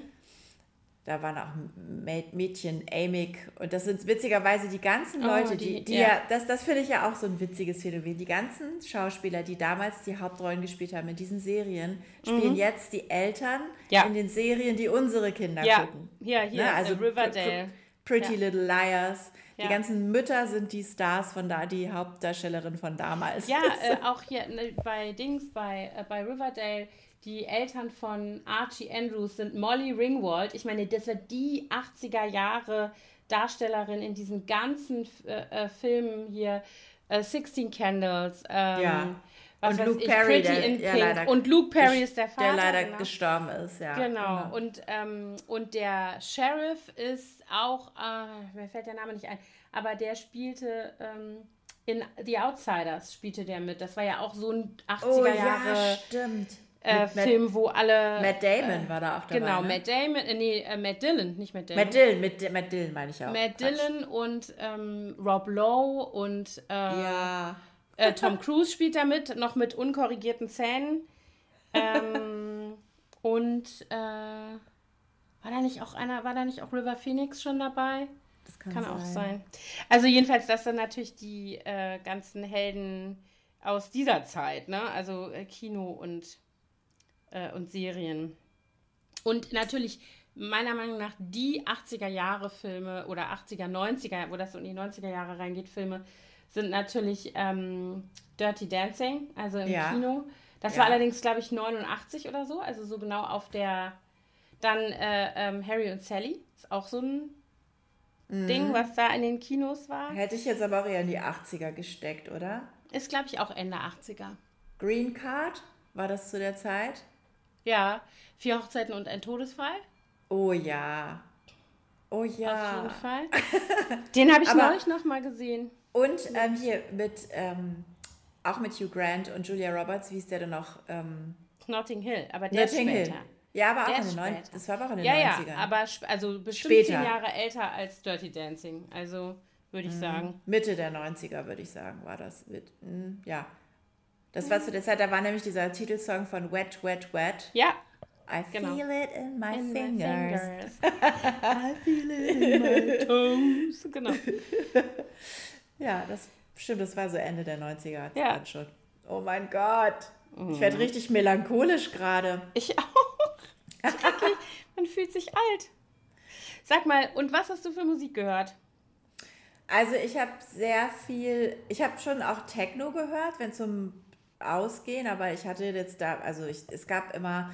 [SPEAKER 1] da waren auch Mädchen, Amik und das sind witzigerweise die ganzen Leute, das finde ich ja auch so ein witziges Phänomen. Die ganzen Schauspieler, die damals die Hauptrollen gespielt haben in diesen Serien, spielen jetzt die Eltern in den Serien, die unsere Kinder gucken.
[SPEAKER 2] Ja, hier, ne? Also Riverdale.
[SPEAKER 1] Pretty Little Liars. Die ganzen Mütter sind die Stars die Hauptdarstellerin von damals.
[SPEAKER 2] Ja, auch hier bei Riverdale, die Eltern von Archie Andrews sind Molly Ringwald. Ich meine, das war die 80er Jahre Darstellerin in diesen ganzen Filmen hier, 16 Candles,
[SPEAKER 1] und Luke Perry,
[SPEAKER 2] und Luke Perry ist der Vater,
[SPEAKER 1] der leider gestorben ist, ja.
[SPEAKER 2] Genau. Und der Sheriff ist auch, mir fällt der Name nicht ein, aber der spielte in The Outsiders spielte der mit. Das war ja auch so ein 80er Jahre
[SPEAKER 1] stimmt.
[SPEAKER 2] Film, wo alle...
[SPEAKER 1] Matt Damon war da auch dabei.
[SPEAKER 2] Genau,
[SPEAKER 1] ne?
[SPEAKER 2] Matt Dillon, nicht Matt Damon.
[SPEAKER 1] Matt Dillon meine ich auch.
[SPEAKER 2] Matt Dillon und Rob Lowe und Tom Cruise spielt da mit, noch mit unkorrigierten Zähnen. Und war da nicht auch River Phoenix schon dabei?
[SPEAKER 1] Das kann
[SPEAKER 2] auch sein. Also jedenfalls, das sind natürlich die ganzen Helden aus dieser Zeit, ne? Also Kino und Serien. Und natürlich, meiner Meinung nach, die 80er-Jahre-Filme oder 80er, 90er, wo das so in die 90er Jahre reingeht, Filme, sind natürlich Dirty Dancing, also im Kino. Das war allerdings, glaube ich, 89 oder so, also so genau auf der... Dann Harry und Sally, ist auch so ein Ding, was da in den Kinos war.
[SPEAKER 1] Hätte ich jetzt aber auch eher in die 80er gesteckt, oder?
[SPEAKER 2] Ist, glaube ich, auch Ende 80er.
[SPEAKER 1] Green Card, war das zu der Zeit?
[SPEAKER 2] Ja, 4 Hochzeiten und ein Todesfall.
[SPEAKER 1] Oh ja.
[SPEAKER 2] Auf jeden Fall. Den habe ich neulich noch mal gesehen.
[SPEAKER 1] Und hier auch mit Hugh Grant und Julia Roberts, wie ist der denn noch?
[SPEAKER 2] Notting Hill, aber der ist später.
[SPEAKER 1] Ja, aber auch in den 90ern. Das war aber auch in den 90ern.
[SPEAKER 2] Ja, aber also bestimmt 10 Jahre älter als Dirty Dancing. Also würde ich sagen.
[SPEAKER 1] Mitte der 90er, würde ich sagen, war das. Ja. Das war zu der Zeit, da war nämlich dieser Titelsong von Wet, Wet, Wet.
[SPEAKER 2] Ja.
[SPEAKER 1] I feel it in my fingers.
[SPEAKER 2] I feel it in my toes. Genau.
[SPEAKER 1] Ja, das stimmt, das war so Ende der 90er. Dann schon. Oh mein Gott. Ich werde richtig melancholisch gerade.
[SPEAKER 2] Ich auch. Schrecklich. Man fühlt sich alt. Sag mal, und was hast du für Musik gehört?
[SPEAKER 1] Also ich habe schon auch Techno gehört, wenn zum Ausgehen, aber ich hatte jetzt es gab immer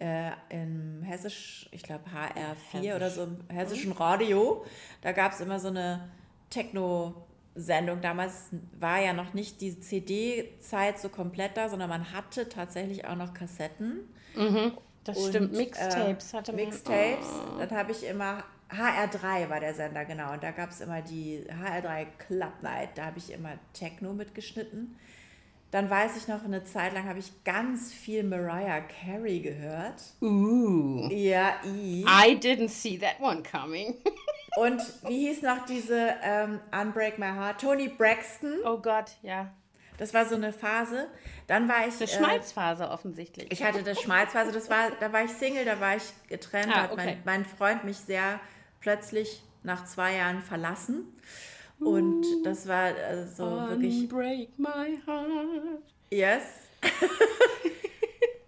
[SPEAKER 1] im Hessisch, ich glaube HR4 oder so, im hessischen Radio, da gab es immer so eine Techno-Sendung. Damals war ja noch nicht die CD-Zeit so komplett da, sondern man hatte tatsächlich auch noch Kassetten.
[SPEAKER 2] Das stimmt, Mixtapes hatte man.
[SPEAKER 1] Mixtapes, dann habe ich immer, HR3 war der Sender, genau, und da gab es immer die HR3 Club Night, da habe ich immer Techno mitgeschnitten. Dann weiß ich noch, eine Zeit lang habe ich ganz viel Mariah Carey gehört. Ja,
[SPEAKER 2] I didn't see that one coming.
[SPEAKER 1] Und wie hieß noch diese Unbreak My Heart? Toni Braxton.
[SPEAKER 2] Oh Gott, ja.
[SPEAKER 1] Das war so eine Phase. Dann war ich...
[SPEAKER 2] Eine Schmalzphase offensichtlich.
[SPEAKER 1] Ich hatte eine Schmalzphase, da war ich Single, da war ich getrennt. Da hat mein Freund mich sehr plötzlich nach 2 Jahren verlassen. Und das war so wirklich...
[SPEAKER 2] Unbreak my heart.
[SPEAKER 1] Yes.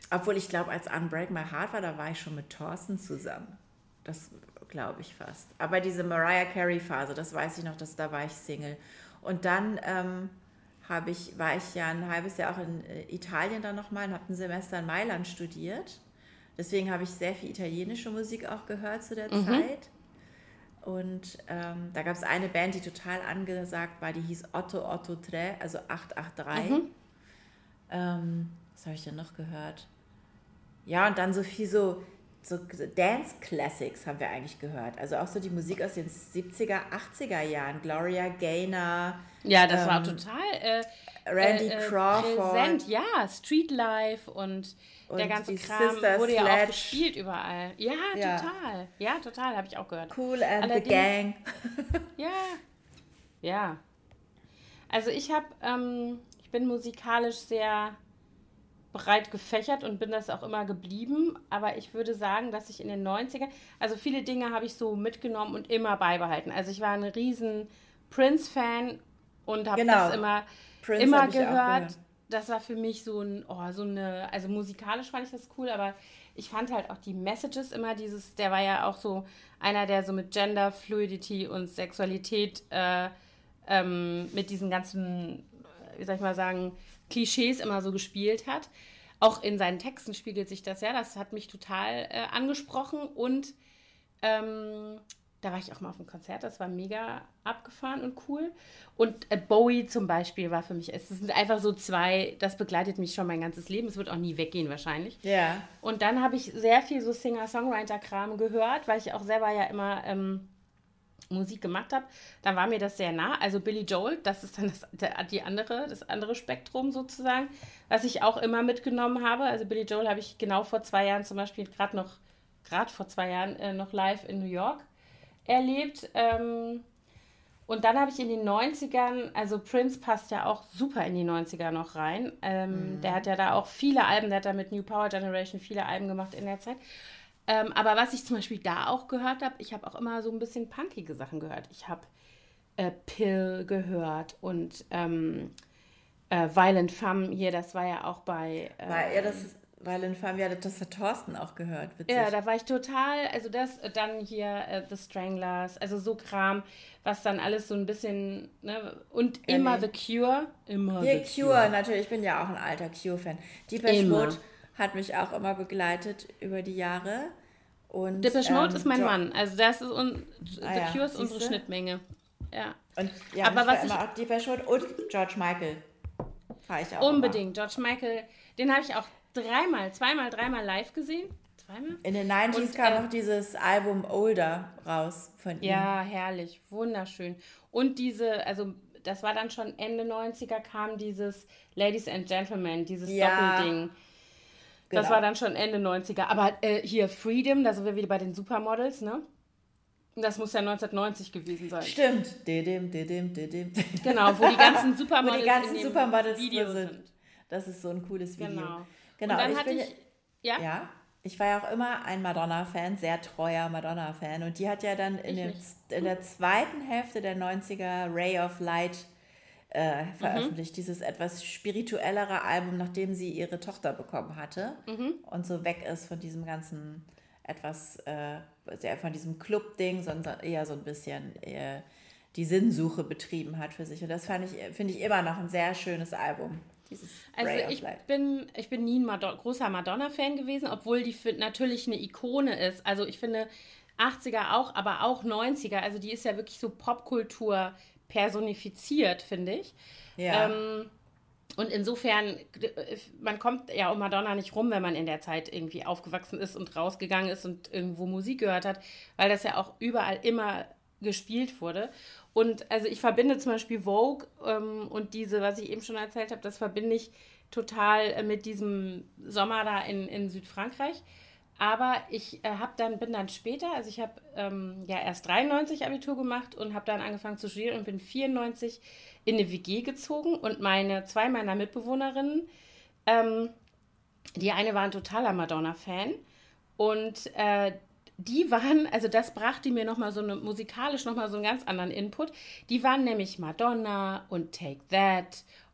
[SPEAKER 1] Obwohl ich glaube, als Unbreak My Heart war, da war ich schon mit Thorsten zusammen. Das glaube ich fast. Aber diese Mariah Carey-Phase, das weiß ich noch, da war ich Single. Und dann war ich ja ein halbes Jahr auch in Italien dann nochmal und habe ein Semester in Mailand studiert. Deswegen habe ich sehr viel italienische Musik auch gehört zu der Zeit. Und da gab es eine Band, die total angesagt war, die hieß Otto Otto Tre, also 883. Was habe ich denn noch gehört? Ja, und dann so viel so Dance Classics haben wir eigentlich gehört. Also auch so die Musik aus den 70er, 80er Jahren. Gloria Gaynor.
[SPEAKER 2] Ja, das war total
[SPEAKER 1] Randy Crawford.
[SPEAKER 2] Präsent. Ja, Streetlife und der ganze Kram
[SPEAKER 1] Sister
[SPEAKER 2] wurde
[SPEAKER 1] Sledge.
[SPEAKER 2] ja auch gespielt überall. Ja, total. Ja, total, habe ich auch gehört.
[SPEAKER 1] Cool and the Gang.
[SPEAKER 2] Ja. Also ich bin musikalisch sehr breit gefächert und bin das auch immer geblieben, aber ich würde sagen, dass ich in den 90ern, also viele Dinge habe ich so mitgenommen und immer beibehalten. Also ich war ein riesen Prince-Fan und habe das immer gehört. Das war für mich also musikalisch fand ich das cool, aber ich fand halt auch die Messages immer der war ja auch so einer, der so mit Gender Fluidity und Sexualität mit diesen ganzen, wie soll ich mal sagen, Klischees immer so gespielt hat. Auch in seinen Texten spiegelt sich das ja. Das hat mich total angesprochen. Und da war ich auch mal auf einem Konzert. Das war mega abgefahren und cool. Und Bowie zum Beispiel war für mich, es sind einfach so zwei, das begleitet mich schon mein ganzes Leben. Es wird auch nie weggehen wahrscheinlich.
[SPEAKER 1] Ja.
[SPEAKER 2] Und dann habe ich sehr viel so Singer-Songwriter-Kram gehört, weil ich auch selber ja immer Musik gemacht habe, dann war mir das sehr nah. Also Billy Joel, das ist dann das andere Spektrum sozusagen, was ich auch immer mitgenommen habe. Also Billy Joel habe ich genau vor 2 Jahren zum Beispiel, gerade vor 2 Jahren noch live in New York erlebt. Und dann habe ich in den 90ern, also Prince passt ja auch super in die 90er noch rein. Der hat ja da auch viele Alben, der hat da mit New Power Generation viele Alben gemacht in der Zeit. Aber was ich zum Beispiel da auch gehört habe, ich habe auch immer so ein bisschen punkige Sachen gehört. Ich habe Pill gehört und Violent Femme hier, das war ja auch bei...
[SPEAKER 1] Violent Femme, ja, das hat Thorsten auch gehört, witzig.
[SPEAKER 2] Ja, da war ich total, also das, dann hier The Stranglers, also so Kram, was dann alles so ein bisschen, ne, und immer The Cure.
[SPEAKER 1] Cure, natürlich, ich bin ja auch ein alter Cure-Fan. Depeche Mode hat mich auch immer begleitet über die Jahre. Und
[SPEAKER 2] Depeche Mode ist mein Mann. Also das ist The Cure ist unsere Schnittmenge. Ja.
[SPEAKER 1] Und ja, aber was ich immer auch Depeche Mode und George Michael fahre ich auch
[SPEAKER 2] unbedingt. Immer. George Michael, den habe ich auch dreimal live gesehen. Zweimal?
[SPEAKER 1] In den 90s kam auch dieses Album Older raus von ihm.
[SPEAKER 2] Ja, herrlich, wunderschön. Und also das war dann schon Ende 90er, kam dieses Ladies and Gentlemen, dieses Doppelding. Genau. Das war dann schon Ende 90er. Aber hier Freedom, da sind wir wieder bei den Supermodels, ne? Das muss ja 1990 gewesen sein.
[SPEAKER 1] Stimmt.
[SPEAKER 2] Genau, wo die ganzen Supermodels,
[SPEAKER 1] Video sind. Das ist so ein cooles Video.
[SPEAKER 2] Genau. Und dann
[SPEAKER 1] ich war ja auch immer ein Madonna-Fan, sehr treuer Madonna-Fan. Und die hat ja dann in der zweiten Hälfte der 90er Ray of Light veröffentlicht, dieses etwas spirituellere Album, nachdem sie ihre Tochter bekommen hatte und so weg ist von diesem ganzen von diesem Club-Ding, sondern eher so ein bisschen die Sinnsuche betrieben hat für sich. Und das finde ich immer noch ein sehr schönes Album.
[SPEAKER 2] Also ich bin nie ein großer Madonna-Fan gewesen, obwohl die natürlich eine Ikone ist. Also ich finde 80er auch, aber auch 90er, also die ist ja wirklich so Popkultur personifiziert, finde ich. Ja. Und insofern, man kommt ja um Madonna nicht rum, wenn man in der Zeit irgendwie aufgewachsen ist und rausgegangen ist und irgendwo Musik gehört hat, weil das ja auch überall immer gespielt wurde. Und also ich verbinde zum Beispiel Vogue und was ich eben schon erzählt habe, das verbinde ich total mit diesem Sommer da in Südfrankreich. Aber ich bin dann später, also ich habe erst 93 Abitur gemacht und habe dann angefangen zu studieren und bin 94 in eine WG gezogen und zwei meiner Mitbewohnerinnen, die eine war ein totaler Madonna-Fan und die waren, also das brachte mir musikalisch nochmal so einen ganz anderen Input. Die waren nämlich Madonna und Take That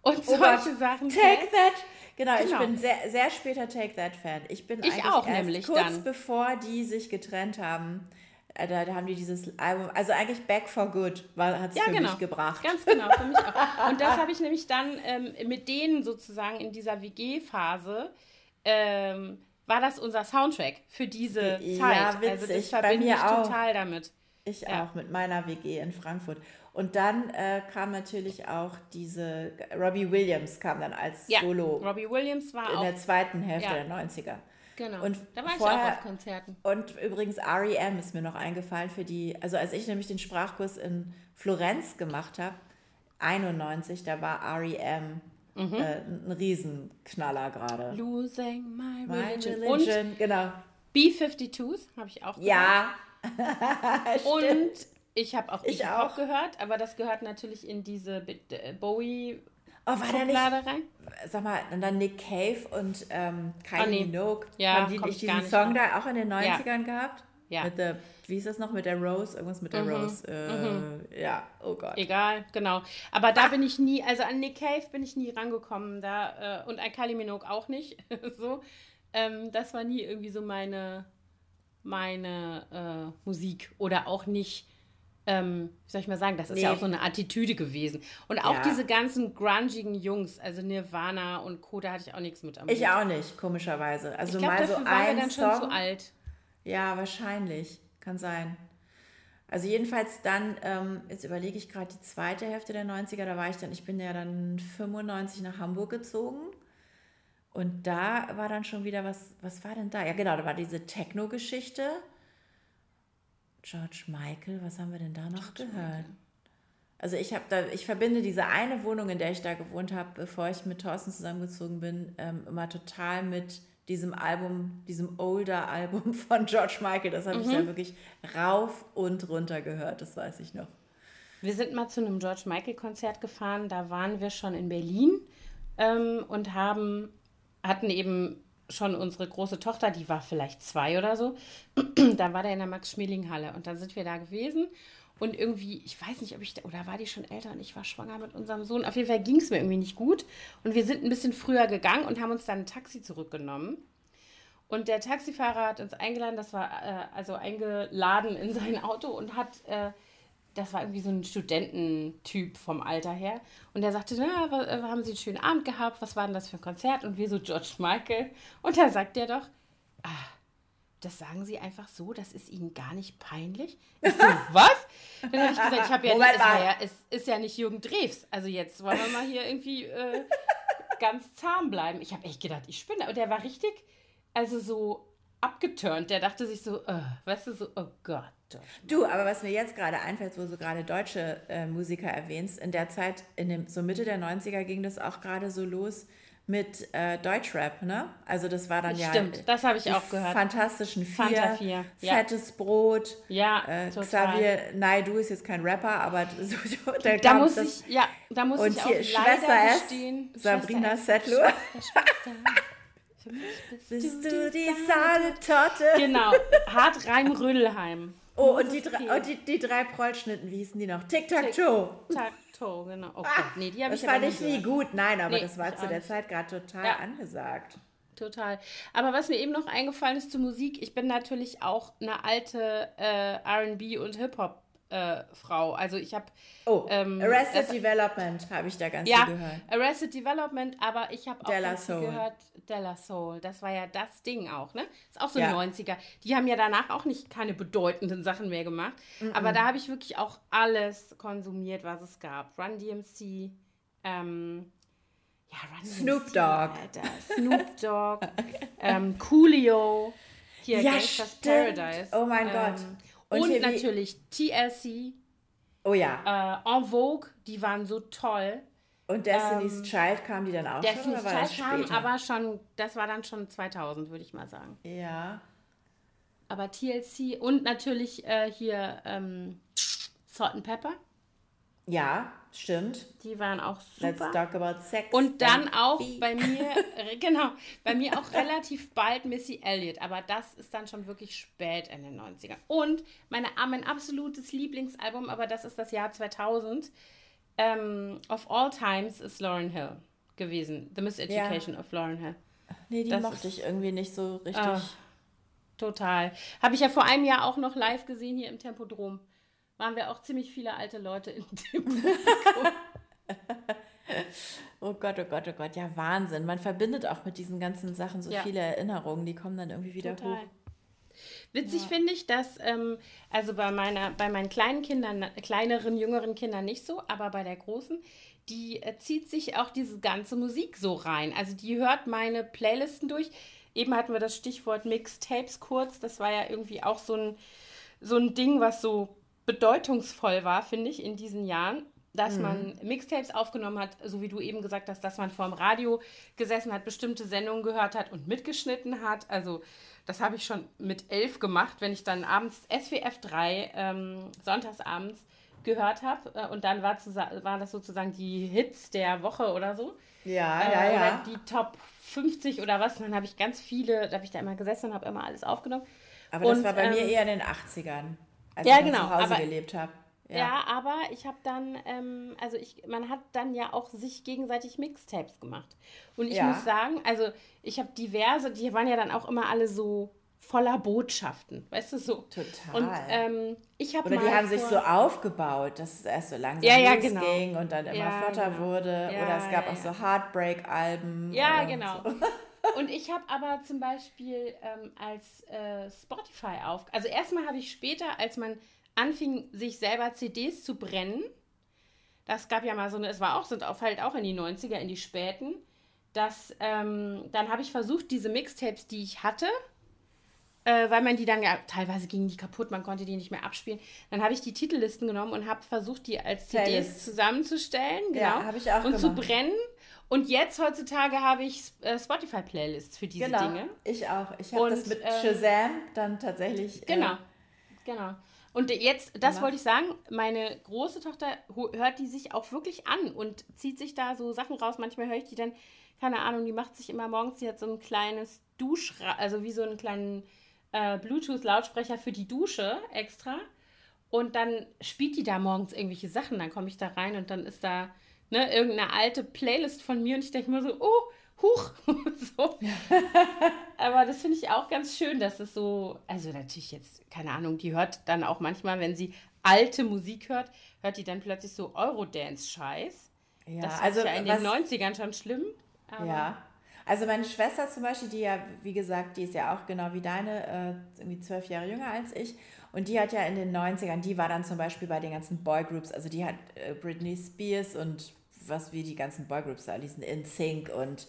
[SPEAKER 2] und
[SPEAKER 1] Oh Gott,
[SPEAKER 2] solche Sachen.
[SPEAKER 1] Take That. Genau, ich
[SPEAKER 2] Genau.
[SPEAKER 1] bin sehr, sehr später Take That-Fan. Ich bin
[SPEAKER 2] Ich
[SPEAKER 1] eigentlich
[SPEAKER 2] auch
[SPEAKER 1] erst
[SPEAKER 2] nämlich
[SPEAKER 1] kurz
[SPEAKER 2] dann.
[SPEAKER 1] bevor die sich getrennt haben, da haben die dieses Album, also eigentlich Back for Good hat es
[SPEAKER 2] Ja,
[SPEAKER 1] für mich
[SPEAKER 2] genau.
[SPEAKER 1] gebracht.
[SPEAKER 2] Ganz genau, für mich auch. Und das habe ich nämlich dann mit denen sozusagen in dieser WG-Phase, war das unser Soundtrack für diese
[SPEAKER 1] Ja,
[SPEAKER 2] Zeit. Also das
[SPEAKER 1] witzig. Bei
[SPEAKER 2] verbinde
[SPEAKER 1] mir
[SPEAKER 2] ich
[SPEAKER 1] auch.
[SPEAKER 2] total damit.
[SPEAKER 1] Ich
[SPEAKER 2] Ja,
[SPEAKER 1] auch mit meiner WG in Frankfurt. Und dann kam natürlich auch Robbie Williams kam dann als
[SPEAKER 2] ja.
[SPEAKER 1] Solo
[SPEAKER 2] Robbie Williams war
[SPEAKER 1] in
[SPEAKER 2] auch,
[SPEAKER 1] der zweiten Hälfte
[SPEAKER 2] ja,
[SPEAKER 1] der Neunziger.
[SPEAKER 2] genau.
[SPEAKER 1] Und
[SPEAKER 2] Da war ich auch
[SPEAKER 1] vorher,
[SPEAKER 2] auf Konzerten.
[SPEAKER 1] und übrigens REM ist mir noch eingefallen also als ich nämlich den Sprachkurs in Florenz gemacht habe, 91, da war REM ein Riesenknaller gerade.
[SPEAKER 2] Losing My
[SPEAKER 1] My
[SPEAKER 2] Religion.
[SPEAKER 1] Religion, genau.
[SPEAKER 2] B-52s habe ich auch gehört.
[SPEAKER 1] Ja, stimmt.
[SPEAKER 2] Und ich habe auch
[SPEAKER 1] Ich
[SPEAKER 2] Iggy
[SPEAKER 1] auch.
[SPEAKER 2] Pop gehört, aber das gehört natürlich in diese Bowie-Schublade
[SPEAKER 1] Oh, war da nicht,
[SPEAKER 2] rein.
[SPEAKER 1] sag mal, und dann Nick Cave und
[SPEAKER 2] Ah,
[SPEAKER 1] Kylie
[SPEAKER 2] nee.
[SPEAKER 1] Minogue.
[SPEAKER 2] Ja,
[SPEAKER 1] Haben die
[SPEAKER 2] komm
[SPEAKER 1] nicht
[SPEAKER 2] ich gar
[SPEAKER 1] diesen
[SPEAKER 2] nicht
[SPEAKER 1] Song
[SPEAKER 2] drauf.
[SPEAKER 1] da auch in den
[SPEAKER 2] Ja,
[SPEAKER 1] 90ern gehabt?
[SPEAKER 2] ja.
[SPEAKER 1] Wie ist das noch, mit der Rose? Irgendwas mit der Rose. Ja, oh Gott.
[SPEAKER 2] Egal, genau. Aber da bin ich nie, also an Nick Cave bin ich nie rangekommen da und an Kylie Minogue auch nicht. So, das war nie irgendwie so meine Musik oder auch nicht, wie soll ich mal sagen, das ist ja
[SPEAKER 1] Nee,
[SPEAKER 2] auch so eine Attitüde gewesen. Und auch
[SPEAKER 1] ja.
[SPEAKER 2] diese ganzen grungigen Jungs, also Nirvana und Co., da hatte ich auch nichts mit am
[SPEAKER 1] Ich
[SPEAKER 2] Hut.
[SPEAKER 1] auch nicht, komischerweise.
[SPEAKER 2] Ich
[SPEAKER 1] Also
[SPEAKER 2] glaube,
[SPEAKER 1] mal so
[SPEAKER 2] dafür waren wir
[SPEAKER 1] ein
[SPEAKER 2] dann schon zu
[SPEAKER 1] Song.
[SPEAKER 2] alt.
[SPEAKER 1] Ja, wahrscheinlich. Kann sein. Also jedenfalls dann, jetzt überlege ich gerade die zweite Hälfte der 90er, ich bin ja dann 95 nach Hamburg gezogen. Und da war dann schon wieder was war denn da? Ja, genau, da war diese Techno-Geschichte. George Michael, was haben wir denn da noch gehört? Also ich verbinde diese eine Wohnung, in der ich da gewohnt habe, bevor ich mit Thorsten zusammengezogen bin, immer total mit diesem Album, diesem Older-Album von George Michael. Das habe ich da wirklich rauf und runter gehört, das weiß ich noch.
[SPEAKER 2] Wir sind mal zu einem George Michael Konzert gefahren, da waren wir schon in Berlin und hatten eben schon unsere große Tochter, die war vielleicht 2 oder so. Da war der in der Max-Schmeling-Halle und dann sind wir da gewesen und irgendwie, ich weiß nicht, oder war die schon älter und ich war schwanger mit unserem Sohn. Auf jeden Fall ging es mir irgendwie nicht gut und wir sind ein bisschen früher gegangen und haben uns dann ein Taxi zurückgenommen. Und der Taxifahrer hat uns eingeladen, das war also eingeladen in sein Auto und das war irgendwie so ein Studententyp vom Alter her. Und der sagte, na, haben Sie einen schönen Abend gehabt? Was war denn das für ein Konzert? Und wir so, George Michael. Und da sagt der doch, das sagen Sie einfach so, das ist Ihnen gar nicht peinlich? Ich so, was? Dann habe ich gesagt,
[SPEAKER 1] Moment mal.
[SPEAKER 2] es ist ja nicht Jürgen Drews. Also jetzt wollen wir mal hier irgendwie ganz zahm bleiben. Ich habe echt gedacht, ich spinne. Und der war richtig, also so abgeturnt. Der dachte sich so, weißt du, so, oh Gott.
[SPEAKER 1] Du, aber was mir jetzt gerade einfällt, wo du gerade deutsche Musiker erwähnst, in der Zeit, so Mitte der 90er ging das auch gerade so los mit Deutschrap, ne? Also das war dann
[SPEAKER 2] Stimmt, das habe ich
[SPEAKER 1] die
[SPEAKER 2] auch gehört.
[SPEAKER 1] Fantastischen
[SPEAKER 2] Fanta
[SPEAKER 1] Vier,
[SPEAKER 2] 4, ja.
[SPEAKER 1] Fettes Brot,
[SPEAKER 2] Ja, total.
[SPEAKER 1] Xavier Naidoo ist jetzt kein Rapper, aber da
[SPEAKER 2] Da
[SPEAKER 1] kam
[SPEAKER 2] muss
[SPEAKER 1] das.
[SPEAKER 2] ich, ja, da muss
[SPEAKER 1] Und
[SPEAKER 2] ich
[SPEAKER 1] hier
[SPEAKER 2] auch leider
[SPEAKER 1] Schwester S,
[SPEAKER 2] gestehen.
[SPEAKER 1] Sabrina
[SPEAKER 2] Schwester S,
[SPEAKER 1] Settler.
[SPEAKER 2] Schwester. Für mich
[SPEAKER 1] Bist du die Sahnetorte?
[SPEAKER 2] Genau, Hartreim Rödelheim.
[SPEAKER 1] Oh, und
[SPEAKER 2] Moses
[SPEAKER 1] die drei Prollschnitten, wie hießen die noch? Tic-Tac-Toe.
[SPEAKER 2] Tic-Tac-Toe, genau. Oh Gott, nee, die habe
[SPEAKER 1] Das
[SPEAKER 2] ich aber
[SPEAKER 1] fand
[SPEAKER 2] nie
[SPEAKER 1] ich nie
[SPEAKER 2] gehört.
[SPEAKER 1] gut, nein, aber
[SPEAKER 2] Nee,
[SPEAKER 1] das war
[SPEAKER 2] ich
[SPEAKER 1] zu
[SPEAKER 2] auch
[SPEAKER 1] der
[SPEAKER 2] nicht.
[SPEAKER 1] Zeit gerade total
[SPEAKER 2] Ja,
[SPEAKER 1] angesagt.
[SPEAKER 2] total. Aber was mir eben noch eingefallen ist zur Musik, ich bin natürlich auch eine alte R&B und Hip-Hop-Frau. Also ich habe
[SPEAKER 1] Oh, Arrested Development habe ich da ganz viel
[SPEAKER 2] ja,
[SPEAKER 1] gehört.
[SPEAKER 2] Arrested Development, aber ich habe auch
[SPEAKER 1] De La
[SPEAKER 2] ganz viel
[SPEAKER 1] Soul.
[SPEAKER 2] gehört, De La Soul. Das war ja das Ding auch, ne? Ist auch so
[SPEAKER 1] Ja.
[SPEAKER 2] 90er. Die haben ja danach auch nicht keine bedeutenden Sachen mehr gemacht. Aber da habe ich wirklich auch alles konsumiert, was es gab. Run DMC, ja, Run
[SPEAKER 1] Snoop
[SPEAKER 2] DMC,
[SPEAKER 1] Dogg.
[SPEAKER 2] Alter. Snoop Dogg, Coolio, hier
[SPEAKER 1] Ja,
[SPEAKER 2] Gangsta's
[SPEAKER 1] stimmt.
[SPEAKER 2] Paradise.
[SPEAKER 1] Oh mein Gott. Und
[SPEAKER 2] Und
[SPEAKER 1] hier
[SPEAKER 2] natürlich TLC,
[SPEAKER 1] Oh ja.
[SPEAKER 2] En Vogue, die waren so toll.
[SPEAKER 1] Und Destiny's Child kam die dann auch schon,
[SPEAKER 2] Destiny's
[SPEAKER 1] oder war das
[SPEAKER 2] Child kam,
[SPEAKER 1] später?
[SPEAKER 2] aber schon, das war dann schon 2000, würde ich mal sagen.
[SPEAKER 1] Ja.
[SPEAKER 2] Aber TLC und natürlich hier Salt and Pepper,
[SPEAKER 1] Ja, stimmt.
[SPEAKER 2] die waren auch
[SPEAKER 1] Let's
[SPEAKER 2] super.
[SPEAKER 1] talk about sex.
[SPEAKER 2] Und dann
[SPEAKER 1] and
[SPEAKER 2] auch
[SPEAKER 1] beef.
[SPEAKER 2] bei mir auch relativ bald Missy Elliott, aber das ist dann schon wirklich spät in den 90ern. Und mein absolutes Lieblingsalbum, aber das ist das Jahr 2000, of All Times ist Lauryn Hill gewesen. The
[SPEAKER 1] Ja,
[SPEAKER 2] Miseducation of Lauryn Hill.
[SPEAKER 1] nee, die
[SPEAKER 2] Das
[SPEAKER 1] mochte ich
[SPEAKER 2] ist
[SPEAKER 1] irgendwie nicht so richtig.
[SPEAKER 2] ah, total. Habe ich ja vor einem Jahr auch noch live gesehen hier im Tempodrom. Waren wir auch ziemlich viele alte Leute in dem Publikum.
[SPEAKER 1] Oh Gott, oh Gott, oh Gott, ja, Wahnsinn. Man verbindet auch mit diesen ganzen Sachen so
[SPEAKER 2] Ja,
[SPEAKER 1] viele Erinnerungen, die kommen dann irgendwie wieder hoch.
[SPEAKER 2] total. Witzig
[SPEAKER 1] Ja.
[SPEAKER 2] finde ich, dass, also bei meinen kleinen Kindern, kleineren, jüngeren Kindern nicht so, aber bei der großen, die zieht sich auch diese ganze Musik so rein. Also die hört meine Playlisten durch. Eben hatten wir das Stichwort Mixtapes kurz. Das war ja irgendwie auch so ein Ding, was so bedeutungsvoll war, finde ich, in diesen Jahren, dass man Mixtapes aufgenommen hat, so wie du eben gesagt hast, dass man vorm Radio gesessen hat, bestimmte Sendungen gehört hat und mitgeschnitten hat. Also das habe ich schon mit 11 gemacht, wenn ich dann abends SWF 3 sonntagsabends gehört habe. Und dann war das sozusagen die Hits der Woche oder so.
[SPEAKER 1] Ja, ja,
[SPEAKER 2] Oder
[SPEAKER 1] ja.
[SPEAKER 2] die Top 50 oder was. Und dann habe ich ganz viele, da habe ich da immer gesessen und habe immer alles aufgenommen.
[SPEAKER 1] Aber das
[SPEAKER 2] Und
[SPEAKER 1] war bei mir eher in den 80ern, als ich
[SPEAKER 2] ja,
[SPEAKER 1] noch
[SPEAKER 2] genau,
[SPEAKER 1] zu Hause
[SPEAKER 2] aber
[SPEAKER 1] gelebt habe. Ja.
[SPEAKER 2] ja, aber ich habe dann, man hat dann ja auch sich gegenseitig Mixtapes gemacht. Und ich muss
[SPEAKER 1] Ja,
[SPEAKER 2] sagen, also ich habe diverse, die waren ja dann auch immer alle so voller Botschaften, weißt du so. Und
[SPEAKER 1] total.
[SPEAKER 2] ich habe
[SPEAKER 1] Oder die
[SPEAKER 2] mal
[SPEAKER 1] haben sich so
[SPEAKER 2] vor,
[SPEAKER 1] aufgebaut, dass es erst so
[SPEAKER 2] ja,
[SPEAKER 1] langsam
[SPEAKER 2] ja, genau.
[SPEAKER 1] losging und dann immer
[SPEAKER 2] Ja,
[SPEAKER 1] flotter
[SPEAKER 2] genau.
[SPEAKER 1] wurde. Oder es
[SPEAKER 2] Ja,
[SPEAKER 1] gab
[SPEAKER 2] ja,
[SPEAKER 1] auch
[SPEAKER 2] ja.
[SPEAKER 1] so Heartbreak-Alben
[SPEAKER 2] Ja,
[SPEAKER 1] oder
[SPEAKER 2] genau.
[SPEAKER 1] so.
[SPEAKER 2] Und ich habe aber zum Beispiel als Spotify also erstmal habe ich später, als man anfing, sich selber CDs zu brennen, das gab ja mal so eine, es war auch, halt auch in die 90er, in die späten, dann habe ich versucht, diese Mixtapes, die ich hatte, weil man die dann ja, teilweise gingen die kaputt, man konnte die nicht mehr abspielen. Dann habe ich die Titellisten genommen und habe versucht, die als CDs
[SPEAKER 1] Playlists.
[SPEAKER 2] zusammenzustellen,
[SPEAKER 1] Ja,
[SPEAKER 2] genau,
[SPEAKER 1] habe ich auch
[SPEAKER 2] und zu
[SPEAKER 1] gemacht.
[SPEAKER 2] brennen. Und jetzt heutzutage habe ich Spotify-Playlists für diese
[SPEAKER 1] Genau,
[SPEAKER 2] Dinge.
[SPEAKER 1] ich auch. Ich habe das
[SPEAKER 2] Und
[SPEAKER 1] mit Shazam dann tatsächlich
[SPEAKER 2] genau, genau. Und jetzt, das wollte
[SPEAKER 1] gemacht.
[SPEAKER 2] ich sagen, meine große Tochter hört die sich auch wirklich an und zieht sich da so Sachen raus. Manchmal höre ich die dann, keine Ahnung, die macht sich immer morgens, die hat so ein kleines also wie so einen kleinen Bluetooth-Lautsprecher für die Dusche extra. Und dann spielt die da morgens irgendwelche Sachen. Dann komme ich da rein und dann ist da irgendeine alte Playlist von mir und ich denke mir so, oh, huch. So. Aber das finde ich auch ganz schön, dass es so, also natürlich jetzt, keine Ahnung, die hört dann auch manchmal, wenn sie alte Musik hört, hört die dann plötzlich so Eurodance-Scheiß.
[SPEAKER 1] Ja,
[SPEAKER 2] Das fand
[SPEAKER 1] also
[SPEAKER 2] ich ja in den
[SPEAKER 1] was,
[SPEAKER 2] 90ern schon schlimm. Aber
[SPEAKER 1] ja. Also meine Schwester zum Beispiel, die ja, wie gesagt, die ist ja auch genau wie deine, irgendwie 12 Jahre jünger als ich. Und die hat ja in den 90ern, die war dann zum Beispiel bei den ganzen Boygroups, also die hat Britney Spears und was wie die ganzen Boygroups da ließen, NSYNC und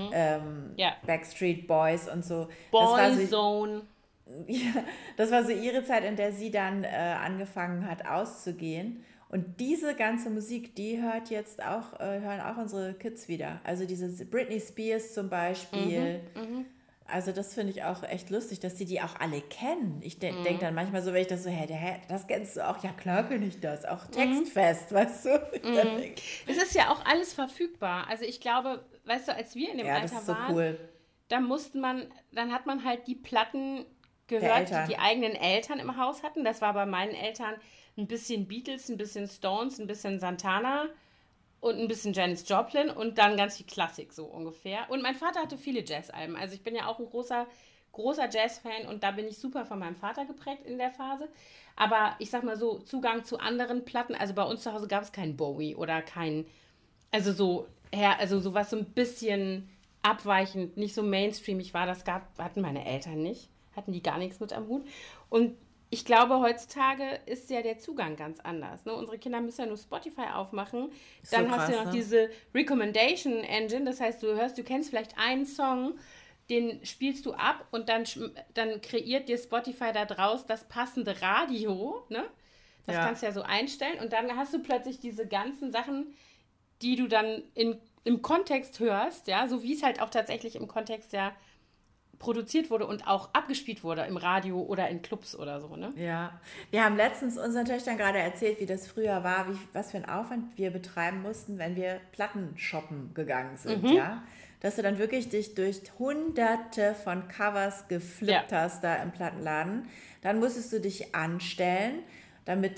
[SPEAKER 2] ja,
[SPEAKER 1] Backstreet Boys und so. Das war so,
[SPEAKER 2] Boyzone.
[SPEAKER 1] ja, das war so ihre Zeit, in der sie dann angefangen hat auszugehen. Und diese ganze Musik, die hören auch unsere Kids wieder. Also diese Britney Spears zum Beispiel. Also das finde ich auch echt lustig, dass die auch alle kennen. Ich denke dann manchmal so, wenn ich das so, hä, das kennst du auch? Ja klar kenne ich das. Auch textfest, weißt du? Ich dann denk,
[SPEAKER 2] Es ist ja auch alles verfügbar. Also ich glaube, weißt du, als wir in dem
[SPEAKER 1] ja, das ist
[SPEAKER 2] Alter
[SPEAKER 1] so
[SPEAKER 2] waren,
[SPEAKER 1] cool.
[SPEAKER 2] dann hat man halt die Platten
[SPEAKER 1] Der
[SPEAKER 2] gehört, die
[SPEAKER 1] Eltern.
[SPEAKER 2] die eigenen Eltern im Haus hatten. Das war bei meinen Eltern ein bisschen Beatles, ein bisschen Stones, ein bisschen Santana und ein bisschen Janis Joplin und dann ganz viel Klassik so ungefähr. Und mein Vater hatte viele Jazzalben. Also ich bin ja auch ein großer Jazz-Fan und da bin ich super von meinem Vater geprägt in der Phase. Aber ich sag mal so, Zugang zu anderen Platten, also bei uns zu Hause gab es keinen Bowie oder also also sowas so ein bisschen abweichend, nicht so mainstreamig war, hatten meine Eltern nicht, hatten die gar nichts mit am Hut. Und ich glaube, heutzutage ist ja der Zugang ganz anders. Ne? Unsere Kinder müssen ja nur Spotify aufmachen.
[SPEAKER 1] Ist so
[SPEAKER 2] Dann hast du
[SPEAKER 1] krass,
[SPEAKER 2] ja noch
[SPEAKER 1] ne?
[SPEAKER 2] diese Recommendation Engine. Das heißt, du kennst vielleicht einen Song, den spielst du ab und dann kreiert dir Spotify da draus das passende Radio. Ne? Das
[SPEAKER 1] Ja.
[SPEAKER 2] kannst du ja so einstellen. Und dann hast du plötzlich diese ganzen Sachen, die du dann im Kontext hörst, ja, so wie es halt auch tatsächlich im Kontext ja produziert wurde und auch abgespielt wurde im Radio oder in Clubs oder so, ne?
[SPEAKER 1] Ja, wir haben letztens unseren Töchtern gerade erzählt, wie das früher war, was für einen Aufwand wir betreiben mussten, wenn wir Platten shoppen gegangen sind, ja. Dass du dann wirklich dich durch hunderte von Covers
[SPEAKER 2] Ja.
[SPEAKER 1] geflippt hast da im Plattenladen. Dann musstest du dich anstellen. damit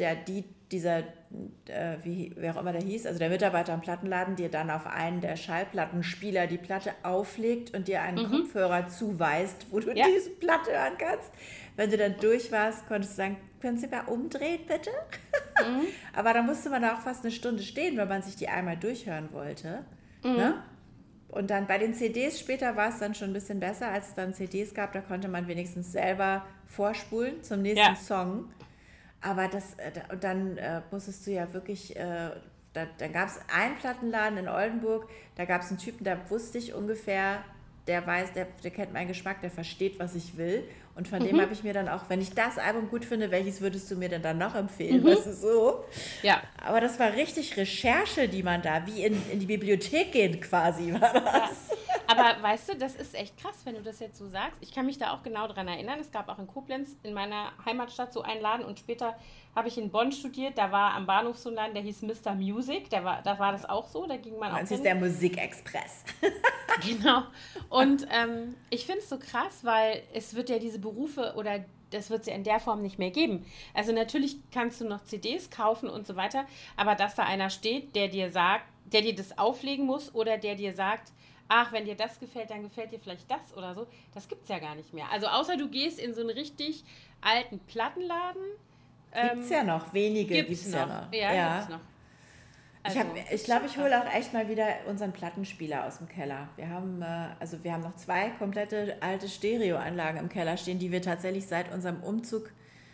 [SPEAKER 1] wie auch immer der hieß, also der Mitarbeiter im Plattenladen, dir dann auf einen der Schallplattenspieler die Platte auflegt und dir einen Kopfhörer zuweist, wo du
[SPEAKER 2] Ja.
[SPEAKER 1] diese Platte hören kannst. Wenn du dann durch warst, konntest du sagen, können Sie mal umdrehen, bitte? Aber da musste man da auch fast eine Stunde stehen, wenn man sich die einmal durchhören wollte. Ne? Und dann bei den CDs später war es dann schon ein bisschen besser, als es dann CDs gab, da konnte man wenigstens selber vorspulen zum nächsten
[SPEAKER 2] Ja.
[SPEAKER 1] Song. Aber dann musstest du ja wirklich, dann gab es einen Plattenladen in Oldenburg, da gab es einen Typen, da wusste ich ungefähr, der weiß, der kennt meinen Geschmack, der versteht, was ich will. Und von dem habe ich mir dann auch, wenn ich das Album gut finde, welches würdest du mir denn dann noch empfehlen? Weißt du, so.
[SPEAKER 2] Ja.
[SPEAKER 1] Aber das war richtig Recherche, die man da, wie in die Bibliothek gehen quasi, war das.
[SPEAKER 2] Aber weißt du, das ist echt krass, wenn du das jetzt so sagst. Ich kann mich da auch genau dran erinnern. Es gab auch in Koblenz, in meiner Heimatstadt, so einen Laden. Und später habe ich in Bonn studiert. Da war am Bahnhof so ein Laden, der hieß Mr. Music. Da war das auch so. Da ging man auch
[SPEAKER 1] Das
[SPEAKER 2] hin.
[SPEAKER 1] ist der Musikexpress.
[SPEAKER 2] Genau. Und ich finde es so krass, weil es wird ja diese Berufe oder das wird es ja in der Form nicht mehr geben. Also natürlich kannst du noch CDs kaufen und so weiter, aber dass da einer steht, der dir sagt, der dir das auflegen muss oder der dir sagt, ach, wenn dir das gefällt, dann gefällt dir vielleicht das oder so, das gibt es ja gar nicht mehr. Also außer du gehst in so einen richtig alten Plattenladen.
[SPEAKER 1] Gibt es ja noch, wenige gibt es ja noch.
[SPEAKER 2] Ja, gibt's noch. Also,
[SPEAKER 1] Ich glaube, ich hole auch echt mal wieder unseren Plattenspieler aus dem Keller. Wir haben noch 2 komplette alte Stereoanlagen im Keller stehen, die wir tatsächlich seit unserem Umzug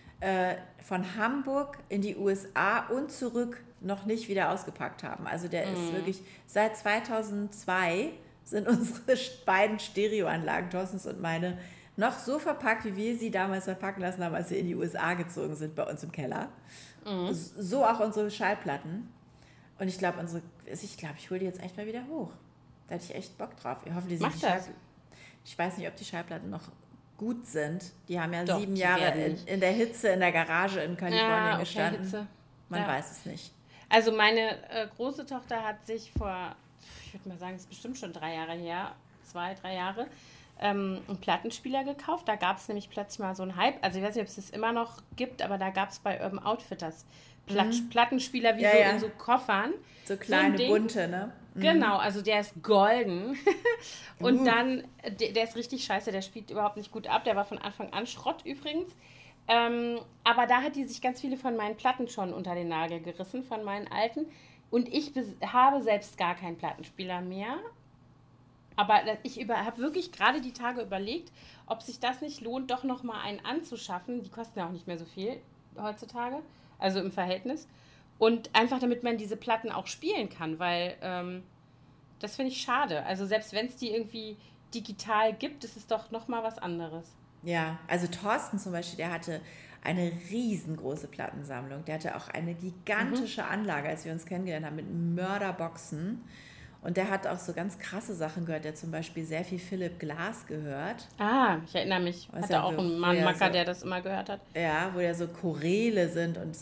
[SPEAKER 1] von Hamburg in die USA und zurück noch nicht wieder ausgepackt haben. Also der ist wirklich, seit 2002 sind unsere beiden Stereoanlagen, Thorstens und meine, noch so verpackt, wie wir sie damals verpacken lassen haben, als wir in die USA gezogen sind, bei uns im Keller. So auch unsere Schallplatten. Und ich glaube, ich hole die jetzt echt mal wieder hoch. Da hätte ich echt Bock drauf. Ich hoffe,
[SPEAKER 2] Mach das.
[SPEAKER 1] Ich weiß nicht, ob die Schallplatten noch gut sind. Die haben ja
[SPEAKER 2] Doch,
[SPEAKER 1] 7
[SPEAKER 2] die
[SPEAKER 1] Jahre
[SPEAKER 2] werden
[SPEAKER 1] in der Hitze in der Garage in Kalifornien
[SPEAKER 2] okay,
[SPEAKER 1] gestanden.
[SPEAKER 2] Hitze.
[SPEAKER 1] Man weiß es nicht.
[SPEAKER 2] Also meine große Tochter hat sich vor, ich würde mal sagen, es ist bestimmt schon 3 Jahre her, 2, 3 Jahre, einen Plattenspieler gekauft. Da gab es nämlich plötzlich mal so einen Hype. Also ich weiß nicht, ob es das immer noch gibt, aber da gab es bei Urban Outfitters Plattenspieler wie in so Koffern.
[SPEAKER 1] So kleine,
[SPEAKER 2] so
[SPEAKER 1] bunte, ne?
[SPEAKER 2] Genau, also der ist golden. Und dann, der ist richtig scheiße, der spielt überhaupt nicht gut ab. Der war von Anfang an Schrott übrigens. Aber da hat die sich ganz viele von meinen Platten schon unter den Nagel gerissen, von meinen alten. Und ich habe selbst gar keinen Plattenspieler mehr. Aber ich habe wirklich gerade die Tage überlegt, ob sich das nicht lohnt, doch nochmal einen anzuschaffen. Die kosten ja auch nicht mehr so viel heutzutage, also im Verhältnis. Und einfach, damit man diese Platten auch spielen kann, weil das finde ich schade. Also selbst wenn es die irgendwie digital gibt, ist es doch nochmal was anderes.
[SPEAKER 1] Ja, also Thorsten zum Beispiel, der hatte eine riesengroße Plattensammlung. Der hatte auch eine gigantische Anlage, als wir uns kennengelernt haben, mit Mörderboxen. Und der hat auch so ganz krasse Sachen gehört. Der hat zum Beispiel sehr viel Philip Glass gehört.
[SPEAKER 2] Ah, ich erinnere mich.
[SPEAKER 1] Was
[SPEAKER 2] Hatte
[SPEAKER 1] ja
[SPEAKER 2] auch einen Mann Macker, der das immer gehört hat.
[SPEAKER 1] Ja, wo ja so Choräle sind und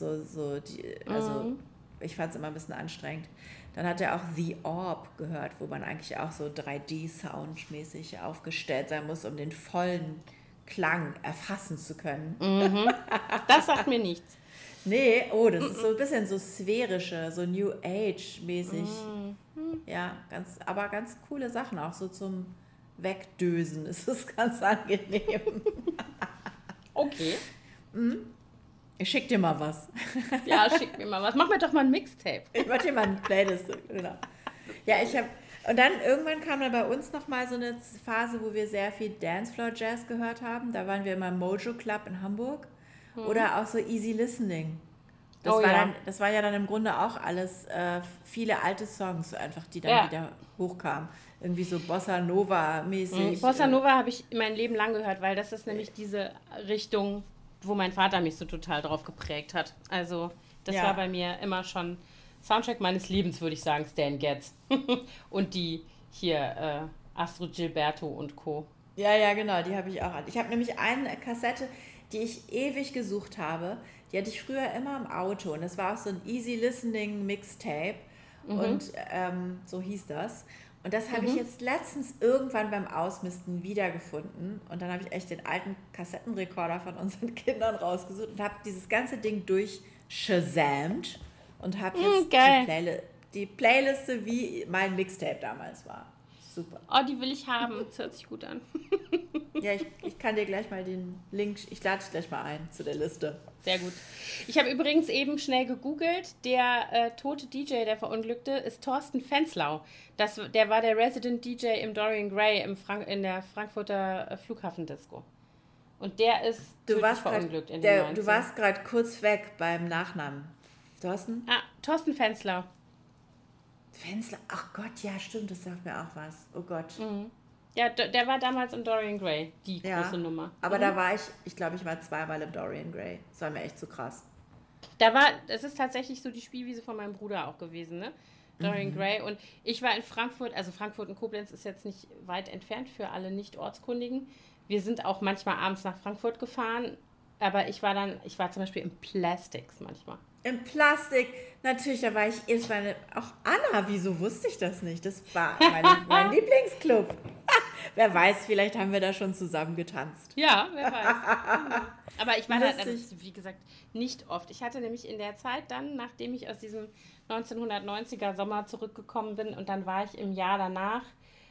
[SPEAKER 1] also ich fand es immer ein bisschen anstrengend. Dann hat er auch The Orb gehört, wo man eigentlich auch so 3D-Sound-mäßig aufgestellt sein muss, um den vollen Klang erfassen zu können.
[SPEAKER 2] Das sagt mir nichts.
[SPEAKER 1] Nee, das ist so ein bisschen so sphärische, so New Age-mäßig. Ja, aber ganz coole Sachen, auch so zum Wegdösen ist es ganz angenehm.
[SPEAKER 2] Okay.
[SPEAKER 1] Ich schick dir mal was.
[SPEAKER 2] Ja, schick mir mal was. Mach mir doch mal ein Mixtape.
[SPEAKER 1] Ich mach dir mal eine Playlist. Genau. Ja, und dann irgendwann kam dann bei uns nochmal so eine Phase, wo wir sehr viel Dancefloor-Jazz gehört haben. Da waren wir immer im Mojo Club in Hamburg. Oder auch so Easy Listening. Das war ja dann im Grunde auch alles viele alte Songs einfach, die dann wieder hochkamen. Irgendwie so Bossa Nova-mäßig.
[SPEAKER 2] Bossa Nova habe ich mein Leben lang gehört, weil das ist nämlich diese Richtung, wo mein Vater mich so total drauf geprägt hat. Also das war bei mir immer schon Soundtrack meines Lebens, würde ich sagen, Stan Getz. Und die hier Astrid Gilberto und Co.
[SPEAKER 1] Ja, genau, die habe ich auch an. Ich habe nämlich eine Kassette, die ich ewig gesucht habe. Die hatte ich früher immer im Auto. Und das war auch so ein Easy Listening Mixtape. Und so hieß das. Und das habe ich jetzt letztens irgendwann beim Ausmisten wiedergefunden. Und dann habe ich echt den alten Kassettenrekorder von unseren Kindern rausgesucht und habe dieses ganze Ding shazamt und habe jetzt
[SPEAKER 2] Geil.
[SPEAKER 1] die Playliste, wie mein Mixtape damals war. Super.
[SPEAKER 2] Oh, die will ich haben. Das hört sich gut an.
[SPEAKER 1] Ja, ich kann dir gleich mal den Link, ich lade dich gleich mal ein zu der Liste.
[SPEAKER 2] Sehr gut. Ich habe übrigens eben schnell gegoogelt. Der tote DJ, der Verunglückte, ist Thorsten Fenslau. Der war der Resident DJ im Dorian Gray in der Frankfurter Flughafendisco. Und der ist tödlich verunglückt in den 90ern.
[SPEAKER 1] Du warst gerade kurz weg beim Nachnamen. Thorsten?
[SPEAKER 2] Thorsten Fenslau.
[SPEAKER 1] Fenslau? Ach Gott, ja, stimmt, das sagt mir auch was. Oh Gott.
[SPEAKER 2] Mhm. Ja, der war damals im Dorian Gray, die große Nummer.
[SPEAKER 1] Aber da war ich glaube, ich war zweimal im Dorian Gray. Das war mir echt zu krass.
[SPEAKER 2] Das ist tatsächlich so die Spielwiese von meinem Bruder auch gewesen, ne? Dorian Gray. Und ich war in Frankfurt, also Frankfurt und Koblenz ist jetzt nicht weit entfernt für alle Nicht-Ortskundigen. Wir sind auch manchmal abends nach Frankfurt gefahren, aber ich war zum Beispiel im Plastics manchmal.
[SPEAKER 1] Im Plastik, natürlich, da war ich jedes Mal, auch Anna, wieso wusste ich das nicht? Das war mein Lieblingsclub. Wer weiß, vielleicht haben wir da schon zusammen getanzt.
[SPEAKER 2] Ja, wer weiß. Aber ich war da, wie gesagt, nicht oft. Ich hatte nämlich in der Zeit dann, nachdem ich aus diesem 1990er Sommer zurückgekommen bin und dann war ich im Jahr danach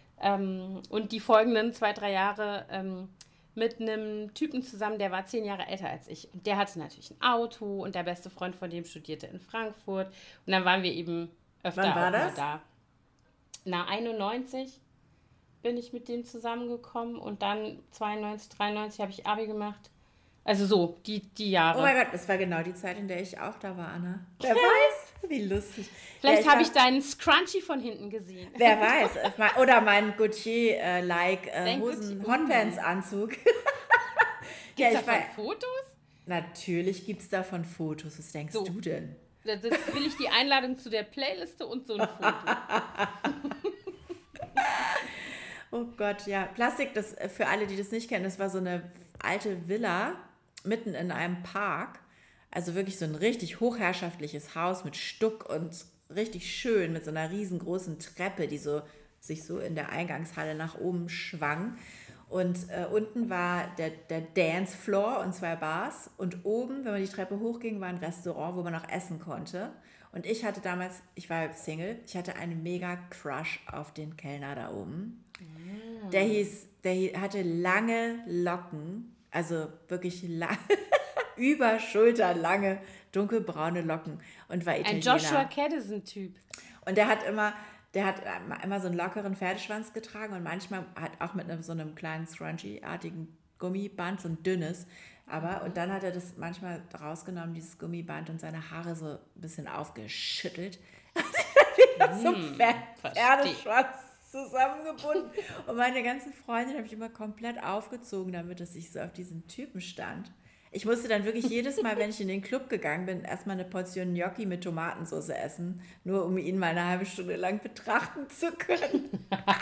[SPEAKER 2] und die folgenden 2-3 Jahre mit einem Typen zusammen, der war 10 Jahre älter als ich. Und der hatte natürlich ein Auto und der beste Freund von dem studierte in Frankfurt. Und dann waren wir eben öfter
[SPEAKER 1] Wann war
[SPEAKER 2] auch
[SPEAKER 1] das?
[SPEAKER 2] mal da. Na, 91 bin ich mit dem zusammengekommen und dann 92, 93 habe ich Abi gemacht. Also so, die Jahre.
[SPEAKER 1] Oh mein Gott, das war genau die Zeit, in der ich auch da war, Anna. Wer weiß, wie lustig.
[SPEAKER 2] Vielleicht habe ich deinen Scrunchie von hinten gesehen.
[SPEAKER 1] Wer weiß. Oder meinen Gautier-like Hotpants-Anzug.
[SPEAKER 2] Gibt es davon Fotos?
[SPEAKER 1] Natürlich gibt es davon Fotos. Was denkst du denn?
[SPEAKER 2] Das will ich die Einladung zu der Playliste und so ein Foto.
[SPEAKER 1] Oh Gott, ja. Plastik, das für alle, die das nicht kennen, das war so eine alte Villa mitten in einem Park. Also wirklich so ein richtig hochherrschaftliches Haus mit Stuck und richtig schön mit so einer riesengroßen Treppe, die sich so in der Eingangshalle nach oben schwang. Und unten war der Dancefloor und 2 Bars. Und oben, wenn man die Treppe hochging, war ein Restaurant, wo man auch essen konnte. Und ich hatte damals, ich war Single, ich hatte einen mega Crush auf den Kellner da oben. Der hatte lange Locken, also wirklich über Schulter lange dunkelbraune Locken und war Italiener.
[SPEAKER 2] Ein Joshua Caddison-Typ.
[SPEAKER 1] Und der hat immer so einen lockeren Pferdeschwanz getragen und manchmal hat auch mit so einem kleinen Scrunchy-artigen Gummiband, so ein dünnes. Und dann hat er das manchmal rausgenommen, dieses Gummiband, und seine Haare so ein bisschen aufgeschüttelt. Wieder zum Pferdeschwanz zusammengebunden. Und meine ganzen Freundinnen habe ich immer komplett aufgezogen, damit es sich so auf diesen Typen stand. Ich musste dann wirklich jedes Mal, wenn ich in den Club gegangen bin, erstmal eine Portion Gnocchi mit Tomatensauce essen, nur um ihn mal eine halbe Stunde lang betrachten zu können.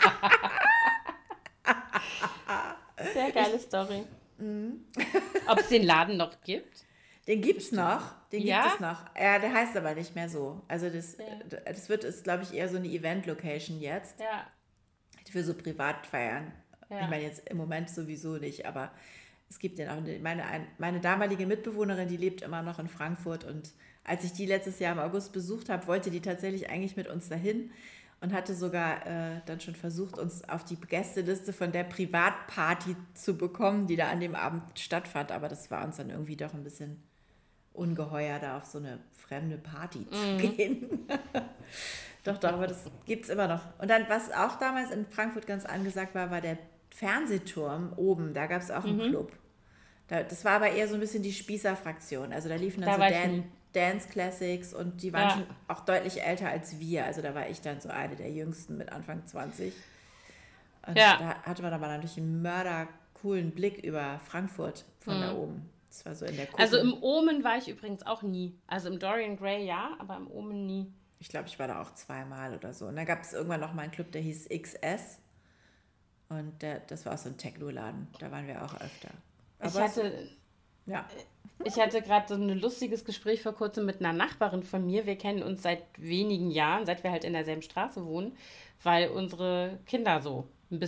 [SPEAKER 2] Sehr geile Story. Ob es den Laden noch gibt?
[SPEAKER 1] Den gibt's noch. Gibt es noch. Ja, der heißt aber nicht mehr so. Also das ist, glaube ich, eher so eine Event-Location jetzt.
[SPEAKER 2] Ja.
[SPEAKER 1] Für so Privatfeiern.
[SPEAKER 2] Ja.
[SPEAKER 1] Ich meine jetzt im Moment sowieso nicht, aber es gibt den auch. Meine damalige Mitbewohnerin, die lebt immer noch in Frankfurt, und als ich die letztes Jahr im August besucht habe, wollte die tatsächlich eigentlich mit uns dahin und hatte sogar dann schon versucht, uns auf die Gästeliste von der Privatparty zu bekommen, die da an dem Abend stattfand, aber das war uns dann irgendwie doch ein bisschen ungeheuer, da auf so eine fremde Party zu gehen. Doch, aber das gibt es immer noch. Und dann, was auch damals in Frankfurt ganz angesagt war, war der Fernsehturm oben. Da gab es auch einen Club. Das war aber eher so ein bisschen die Spießer-Fraktion. Also da liefen dann so Dance Classics und die waren schon auch deutlich älter als wir. Also da war ich dann so eine der Jüngsten mit Anfang 20. Und da hatte man aber natürlich einen mördercoolen Blick über Frankfurt von da oben. Das war so in der Kuppel.
[SPEAKER 2] Also im Omen war ich übrigens auch nie. Also im Dorian Gray ja, aber im Omen nie.
[SPEAKER 1] Ich glaube, ich war da auch 2-mal oder so. Und dann gab es irgendwann noch mal einen Club, der hieß XS. Und das war auch so ein Techno-Laden. Da waren wir auch öfter. Aber
[SPEAKER 2] ich hatte gerade so ein lustiges Gespräch vor kurzem mit einer Nachbarin von mir. Wir kennen uns seit wenigen Jahren, seit wir halt in derselben Straße wohnen, weil unsere Kinder so ein bisschen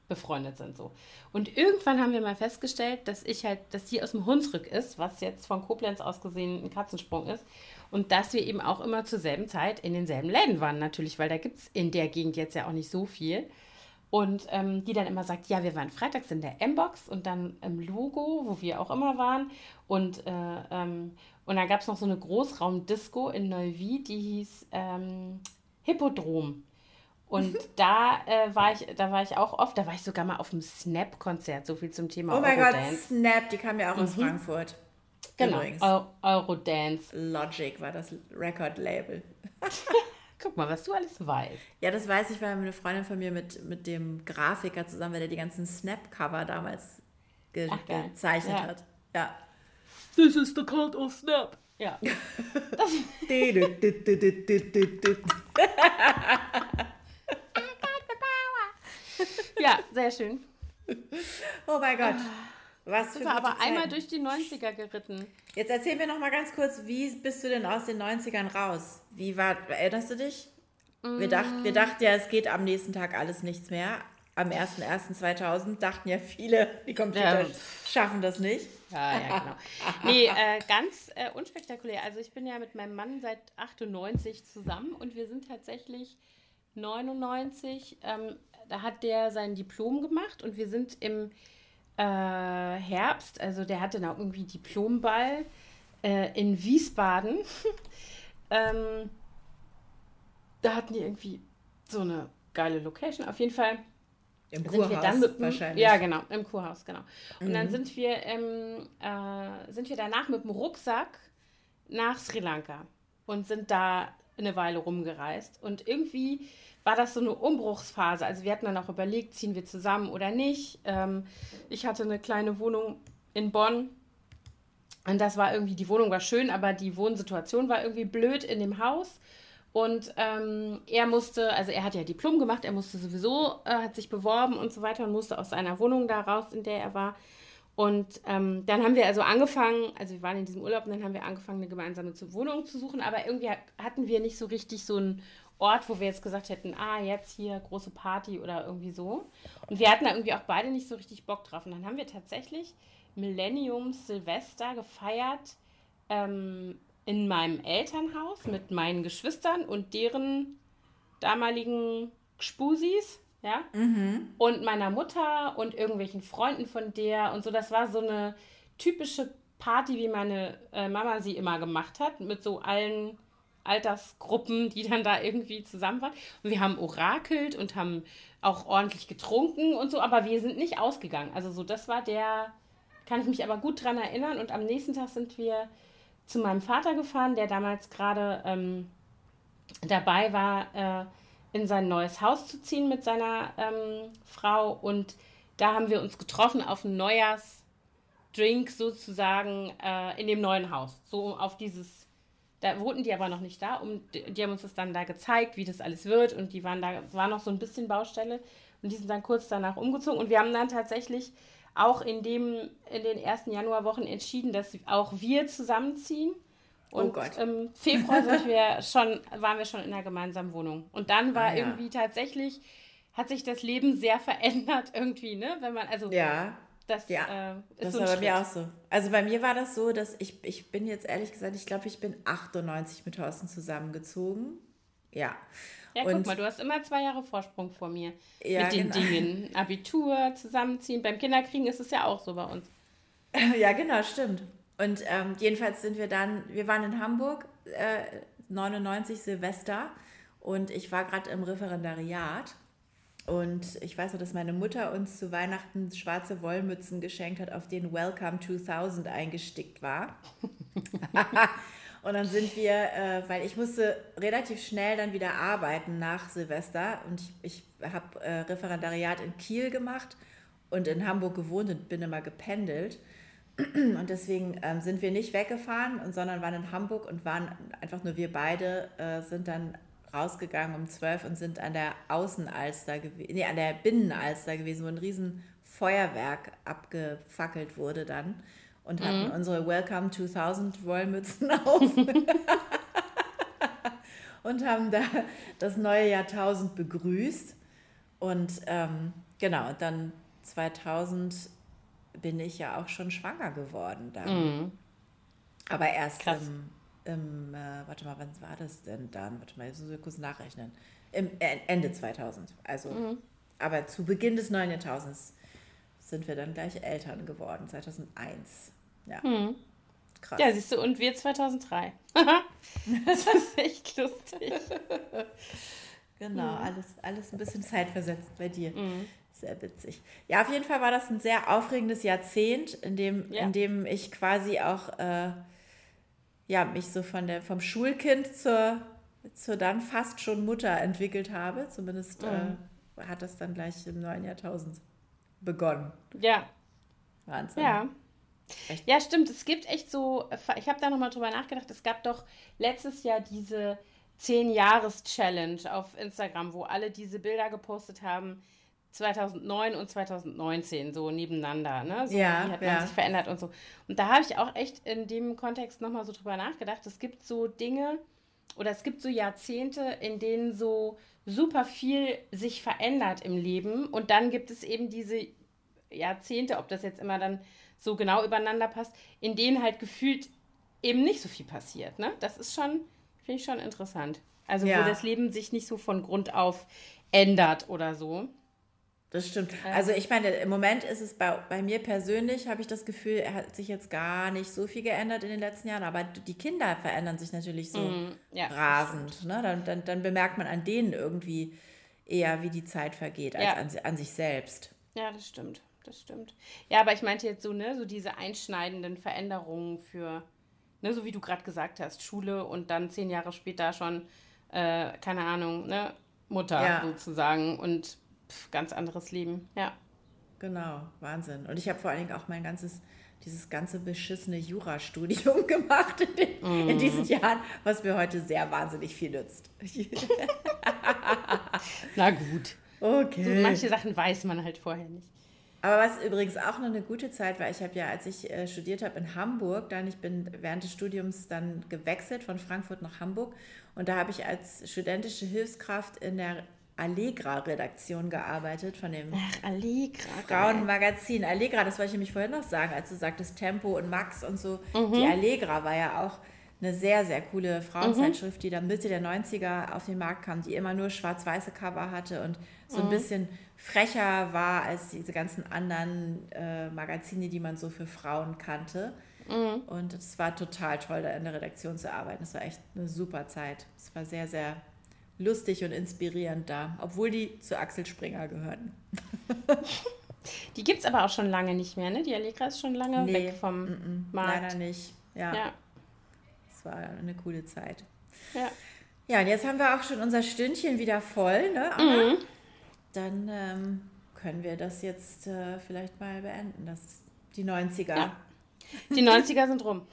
[SPEAKER 2] befreundet sind so. Und irgendwann haben wir mal festgestellt, dass die aus dem Hunsrück ist, was jetzt von Koblenz aus gesehen ein Katzensprung ist. Und dass wir eben auch immer zur selben Zeit in denselben Läden waren natürlich, weil da gibt es in der Gegend jetzt ja auch nicht so viel. Und die dann immer sagt, ja, wir waren freitags in der M-Box und dann im Logo, wo wir auch immer waren. Und dann gab es noch so eine Großraumdisco in Neuwied, die hieß Hippodrom. Und da war ich auch oft, da war ich sogar mal auf dem Snap-Konzert, so viel zum Thema
[SPEAKER 1] Oh mein Gott,
[SPEAKER 2] Eurodance.
[SPEAKER 1] Snap, die kam ja auch aus Frankfurt.
[SPEAKER 2] Genau,
[SPEAKER 1] Übrigens.
[SPEAKER 2] Eurodance.
[SPEAKER 1] Logic war das Record-Label.
[SPEAKER 2] Guck mal, was du alles weißt.
[SPEAKER 1] Ja, das weiß ich, weil eine Freundin von mir mit dem Grafiker zusammen, weil der die ganzen Snap-Cover damals
[SPEAKER 2] Geil.
[SPEAKER 1] gezeichnet
[SPEAKER 2] Ja.
[SPEAKER 1] hat. Ja.
[SPEAKER 2] This is the cult of Snap. Ja. Ja, sehr schön.
[SPEAKER 1] Oh mein Gott. Was für
[SPEAKER 2] Sind wir aber
[SPEAKER 1] gute
[SPEAKER 2] einmal
[SPEAKER 1] Zeiten.
[SPEAKER 2] durch die 90er geritten.
[SPEAKER 1] Jetzt erzähl mir noch mal ganz kurz, wie bist du denn aus den 90ern raus? Erinnerst du dich? Wir dachten ja, es geht am nächsten Tag alles nichts mehr. Am 01.01.2000 dachten ja viele, die Computer
[SPEAKER 2] Ja.
[SPEAKER 1] schaffen das nicht.
[SPEAKER 2] Ja, genau. Nee, ganz unspektakulär. Also ich bin ja mit meinem Mann seit 98 zusammen und wir sind tatsächlich 99, da hat der sein Diplom gemacht und wir sind im Herbst, also der hatte da irgendwie Diplomball in Wiesbaden. Da hatten die irgendwie so eine geile Location. Auf jeden Fall
[SPEAKER 1] Im
[SPEAKER 2] sind wir
[SPEAKER 1] Kurhaus
[SPEAKER 2] dann mit
[SPEAKER 1] wahrscheinlich.
[SPEAKER 2] ja, genau, im Kurhaus, genau. Und dann sind wir danach mit dem Rucksack nach Sri Lanka und sind da eine Weile rumgereist. Und irgendwie war das so eine Umbruchsphase. Also wir hatten dann auch überlegt, ziehen wir zusammen oder nicht. Ich hatte eine kleine Wohnung in Bonn. Und das war irgendwie, die Wohnung war schön, aber die Wohnsituation war irgendwie blöd in dem Haus. Und er hat ja Diplom gemacht, er musste sowieso, hat sich beworben und so weiter und musste aus seiner Wohnung da raus, in der er war. Und dann haben wir also angefangen, also wir waren in diesem Urlaub und dann haben wir angefangen, eine gemeinsame Wohnung zu suchen, aber irgendwie hatten wir nicht so richtig so einen Ort, wo wir jetzt gesagt hätten, jetzt hier große Party oder irgendwie so. Und wir hatten da irgendwie auch beide nicht so richtig Bock drauf. Und dann haben wir tatsächlich Millenniums Silvester gefeiert, in meinem Elternhaus mit meinen Geschwistern und deren damaligen Gspusis, ja, und meiner Mutter und irgendwelchen Freunden von der und so. Das war so eine typische Party, wie meine Mama sie immer gemacht hat, mit so allen Altersgruppen, die dann da irgendwie zusammen waren. Und wir haben orakelt und haben auch ordentlich getrunken und so, aber wir sind nicht ausgegangen. Also so, das war kann ich mich aber gut dran erinnern. Und am nächsten Tag sind wir zu meinem Vater gefahren, der damals gerade dabei war, in sein neues Haus zu ziehen mit seiner Frau. Und da haben wir uns getroffen auf einen Neujahrsdrink sozusagen in dem neuen Haus. So auf dieses, da wohnten die aber noch nicht da. Die haben uns das dann da gezeigt, wie das alles wird. Und die waren da, war noch so ein bisschen Baustelle. Und die sind dann kurz danach umgezogen. Und wir haben dann tatsächlich auch in den ersten Januarwochen entschieden, dass auch wir zusammenziehen. Und im Februar waren wir schon in einer gemeinsamen Wohnung. Und dann war irgendwie tatsächlich, hat sich das Leben sehr verändert irgendwie, ne? Wenn man, also das ist
[SPEAKER 1] das
[SPEAKER 2] so
[SPEAKER 1] war
[SPEAKER 2] ein
[SPEAKER 1] bei mir
[SPEAKER 2] Schritt.
[SPEAKER 1] auch so. Also bei mir war das so, dass ich bin jetzt ehrlich gesagt, ich glaube, ich bin 98 mit Thorsten zusammengezogen. Ja.
[SPEAKER 2] Ja, guck
[SPEAKER 1] Und
[SPEAKER 2] mal, du hast immer 2 Jahre Vorsprung vor mir.
[SPEAKER 1] ja,
[SPEAKER 2] Mit den
[SPEAKER 1] genau.
[SPEAKER 2] Dingen. Abitur, zusammenziehen. Beim Kinderkriegen ist es ja auch so bei uns.
[SPEAKER 1] Ja, genau, stimmt. Und jedenfalls wir waren in Hamburg, 99 Silvester und ich war gerade im Referendariat und ich weiß noch, dass meine Mutter uns zu Weihnachten schwarze Wollmützen geschenkt hat, auf denen Welcome 2000 eingestickt war. Und dann sind wir, weil ich musste relativ schnell dann wieder arbeiten nach Silvester und ich habe Referendariat in Kiel gemacht und in Hamburg gewohnt und bin immer gependelt. Und deswegen sind wir nicht weggefahren, sondern waren in Hamburg und waren einfach nur wir beide, sind dann rausgegangen um 12 und sind an der Außenalster gewesen, an der Binnenalster gewesen, wo ein riesen Feuerwerk abgefackelt wurde dann und hatten unsere Welcome 2000 Wollmützen auf und haben da das neue Jahrtausend begrüßt. Und Genau, und dann 2000 bin ich ja auch schon schwanger geworden dann. Aber erst
[SPEAKER 2] Krass.
[SPEAKER 1] warte mal, wann war das denn dann? Warte mal, jetzt muss ich kurz nachrechnen. Ende 2000. Also, aber zu Beginn des neuen Jahrtausends sind wir dann gleich Eltern geworden, 2001. Ja, krass.
[SPEAKER 2] Ja, siehst du, und wir 2003. Das ist echt lustig.
[SPEAKER 1] Genau, alles ein bisschen zeitversetzt bei dir. Sehr witzig. Ja, auf jeden Fall war das ein sehr aufregendes Jahrzehnt, in
[SPEAKER 2] Ja.
[SPEAKER 1] dem ich quasi auch ja, mich so vom Schulkind zur dann fast schon Mutter entwickelt habe. Zumindest hat das dann gleich im neuen Jahrtausend begonnen.
[SPEAKER 2] Ja,
[SPEAKER 1] Wahnsinn.
[SPEAKER 2] ja.
[SPEAKER 1] Echt.
[SPEAKER 2] Ja, stimmt. Es gibt echt so, ich habe da nochmal drüber nachgedacht, es gab doch letztes Jahr diese 10-Jahres-Challenge auf Instagram, wo alle diese Bilder gepostet haben, 2009 und 2019, so nebeneinander, ne? So,
[SPEAKER 1] Ja,
[SPEAKER 2] wie hat man
[SPEAKER 1] ja.
[SPEAKER 2] sich verändert und so. Und da habe ich auch echt in dem Kontext nochmal so drüber nachgedacht. Es gibt so Dinge oder es gibt so Jahrzehnte, in denen so super viel sich verändert im Leben. Und dann gibt es eben diese Jahrzehnte, ob das jetzt immer dann so genau übereinander passt, in denen halt gefühlt eben nicht so viel passiert. Ne? Das ist schon, finde ich schon interessant. Also wo
[SPEAKER 1] Ja,
[SPEAKER 2] das Leben sich nicht so von Grund auf ändert oder so.
[SPEAKER 1] das stimmt. Also ich meine, im Moment ist es bei mir persönlich, habe ich das Gefühl, er hat sich jetzt gar nicht so viel geändert in den letzten Jahren, aber die Kinder verändern sich natürlich so
[SPEAKER 2] Ja, das stimmt.
[SPEAKER 1] rasend. Ne? Dann bemerkt man an denen irgendwie eher, wie die Zeit vergeht, als
[SPEAKER 2] Ja,
[SPEAKER 1] an sich selbst.
[SPEAKER 2] ja, das stimmt. Das stimmt. Ja, aber ich meinte jetzt so, ne, so diese einschneidenden Veränderungen für, ne, so wie du gerade gesagt hast, Schule und dann 10 Jahre später schon, keine Ahnung, ne, Mutter
[SPEAKER 1] Ja,
[SPEAKER 2] sozusagen und ganz anderes Leben. Ja.
[SPEAKER 1] genau, Wahnsinn. Und ich habe vor allen Dingen auch dieses ganze beschissene Jurastudium gemacht in diesen Jahren, was mir heute sehr wahnsinnig viel nützt.
[SPEAKER 2] Na gut. So
[SPEAKER 1] Okay.
[SPEAKER 2] manche Sachen weiß man halt vorher nicht.
[SPEAKER 1] Aber was übrigens auch noch eine gute Zeit war, ich habe ja, als ich studiert habe in Hamburg, ich bin während des Studiums dann gewechselt von Frankfurt nach Hamburg und da habe ich als studentische Hilfskraft in der Allegra-Redaktion gearbeitet, von dem
[SPEAKER 2] Ach, Allegra, geil.
[SPEAKER 1] Frauenmagazin Allegra. Das wollte ich nämlich vorhin noch sagen, als du sagtest Tempo und Max und so. Die Allegra war ja auch eine sehr, sehr coole Frauenzeitschrift, die dann Mitte der 90er auf den Markt kam, die immer nur schwarz-weiße Cover hatte und so ein bisschen frecher war als diese ganzen anderen Magazine, die man so für Frauen kannte. Und es war total toll, da in der Redaktion zu arbeiten. Es war echt eine super Zeit. Es war sehr, sehr lustig und inspirierend da, obwohl die zu Axel Springer gehörten.
[SPEAKER 2] Die gibt's aber auch schon lange nicht mehr, ne? Die Allegra ist schon lange
[SPEAKER 1] Nee,
[SPEAKER 2] weg vom
[SPEAKER 1] leider
[SPEAKER 2] Markt.
[SPEAKER 1] nicht. Ja,
[SPEAKER 2] Ja,
[SPEAKER 1] es war eine coole Zeit.
[SPEAKER 2] ja.
[SPEAKER 1] Ja, und jetzt haben wir auch schon unser Stündchen wieder voll, ne, Anna? Dann können wir das jetzt vielleicht mal beenden, die 90er.
[SPEAKER 2] Ja. Die 90er sind rum.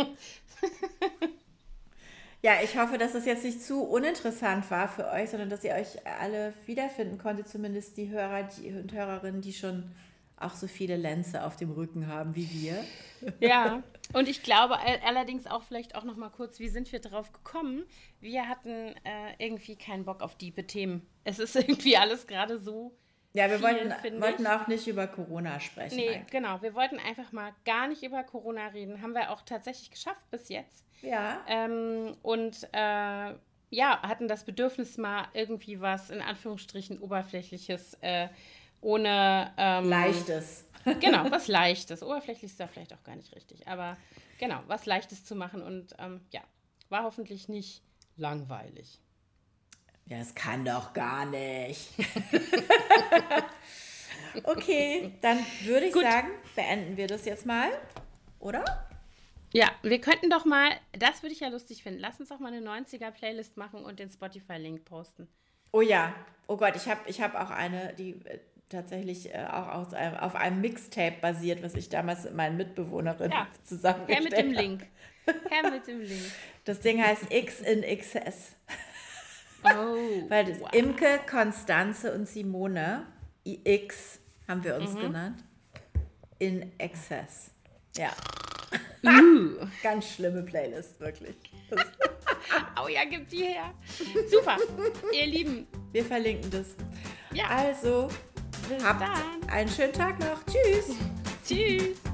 [SPEAKER 1] Ja, ich hoffe, dass das jetzt nicht zu uninteressant war für euch, sondern dass ihr euch alle wiederfinden konntet, zumindest die Hörer und Hörerinnen, die schon auch so viele Lenze auf dem Rücken haben wie wir.
[SPEAKER 2] Ja, und ich glaube allerdings auch vielleicht auch noch mal kurz, wie sind wir drauf gekommen? Wir hatten irgendwie keinen Bock auf tiefe Themen. Es ist irgendwie alles gerade so
[SPEAKER 1] Ja, wir
[SPEAKER 2] viel, finde
[SPEAKER 1] wollten
[SPEAKER 2] ich.
[SPEAKER 1] auch nicht über Corona sprechen
[SPEAKER 2] Nee,
[SPEAKER 1] eigentlich.
[SPEAKER 2] genau. Wir wollten einfach mal gar nicht über Corona reden. Haben wir auch tatsächlich geschafft bis jetzt.
[SPEAKER 1] Ja,
[SPEAKER 2] Und ja, hatten das Bedürfnis mal irgendwie was in Anführungsstrichen Oberflächliches ohne,
[SPEAKER 1] leichtes.
[SPEAKER 2] genau, was Leichtes. Oberflächlich ist da vielleicht auch gar nicht richtig, aber genau, was Leichtes zu machen und ja, war hoffentlich nicht langweilig.
[SPEAKER 1] Ja, das kann doch gar nicht. Okay, dann würde ich
[SPEAKER 2] Gut.
[SPEAKER 1] sagen, beenden wir das jetzt mal, oder?
[SPEAKER 2] Ja, wir könnten doch mal, das würde ich ja lustig finden, lass uns doch mal eine 90er-Playlist machen und den Spotify-Link posten.
[SPEAKER 1] Oh ja, oh Gott, ich hab auch eine, die tatsächlich auch auf einem Mixtape basiert, was ich damals mit meinen Mitbewohnerinnen
[SPEAKER 2] Ja, her mit
[SPEAKER 1] zusammengestellt
[SPEAKER 2] dem
[SPEAKER 1] habe.
[SPEAKER 2] Link. Her mit dem Link.
[SPEAKER 1] Das Ding heißt X in Excess.
[SPEAKER 2] Oh,
[SPEAKER 1] Weil das
[SPEAKER 2] wow.
[SPEAKER 1] Imke, Konstanze und Simone, X haben wir uns genannt, in Excess. Ja, ganz schlimme Playlist, wirklich.
[SPEAKER 2] Oh ja, gib die her. Super, ihr Lieben.
[SPEAKER 1] Wir verlinken das.
[SPEAKER 2] Ja,
[SPEAKER 1] Also,
[SPEAKER 2] Bis
[SPEAKER 1] Habt
[SPEAKER 2] dann.
[SPEAKER 1] einen schönen Tag noch. Tschüss.
[SPEAKER 2] Tschüss.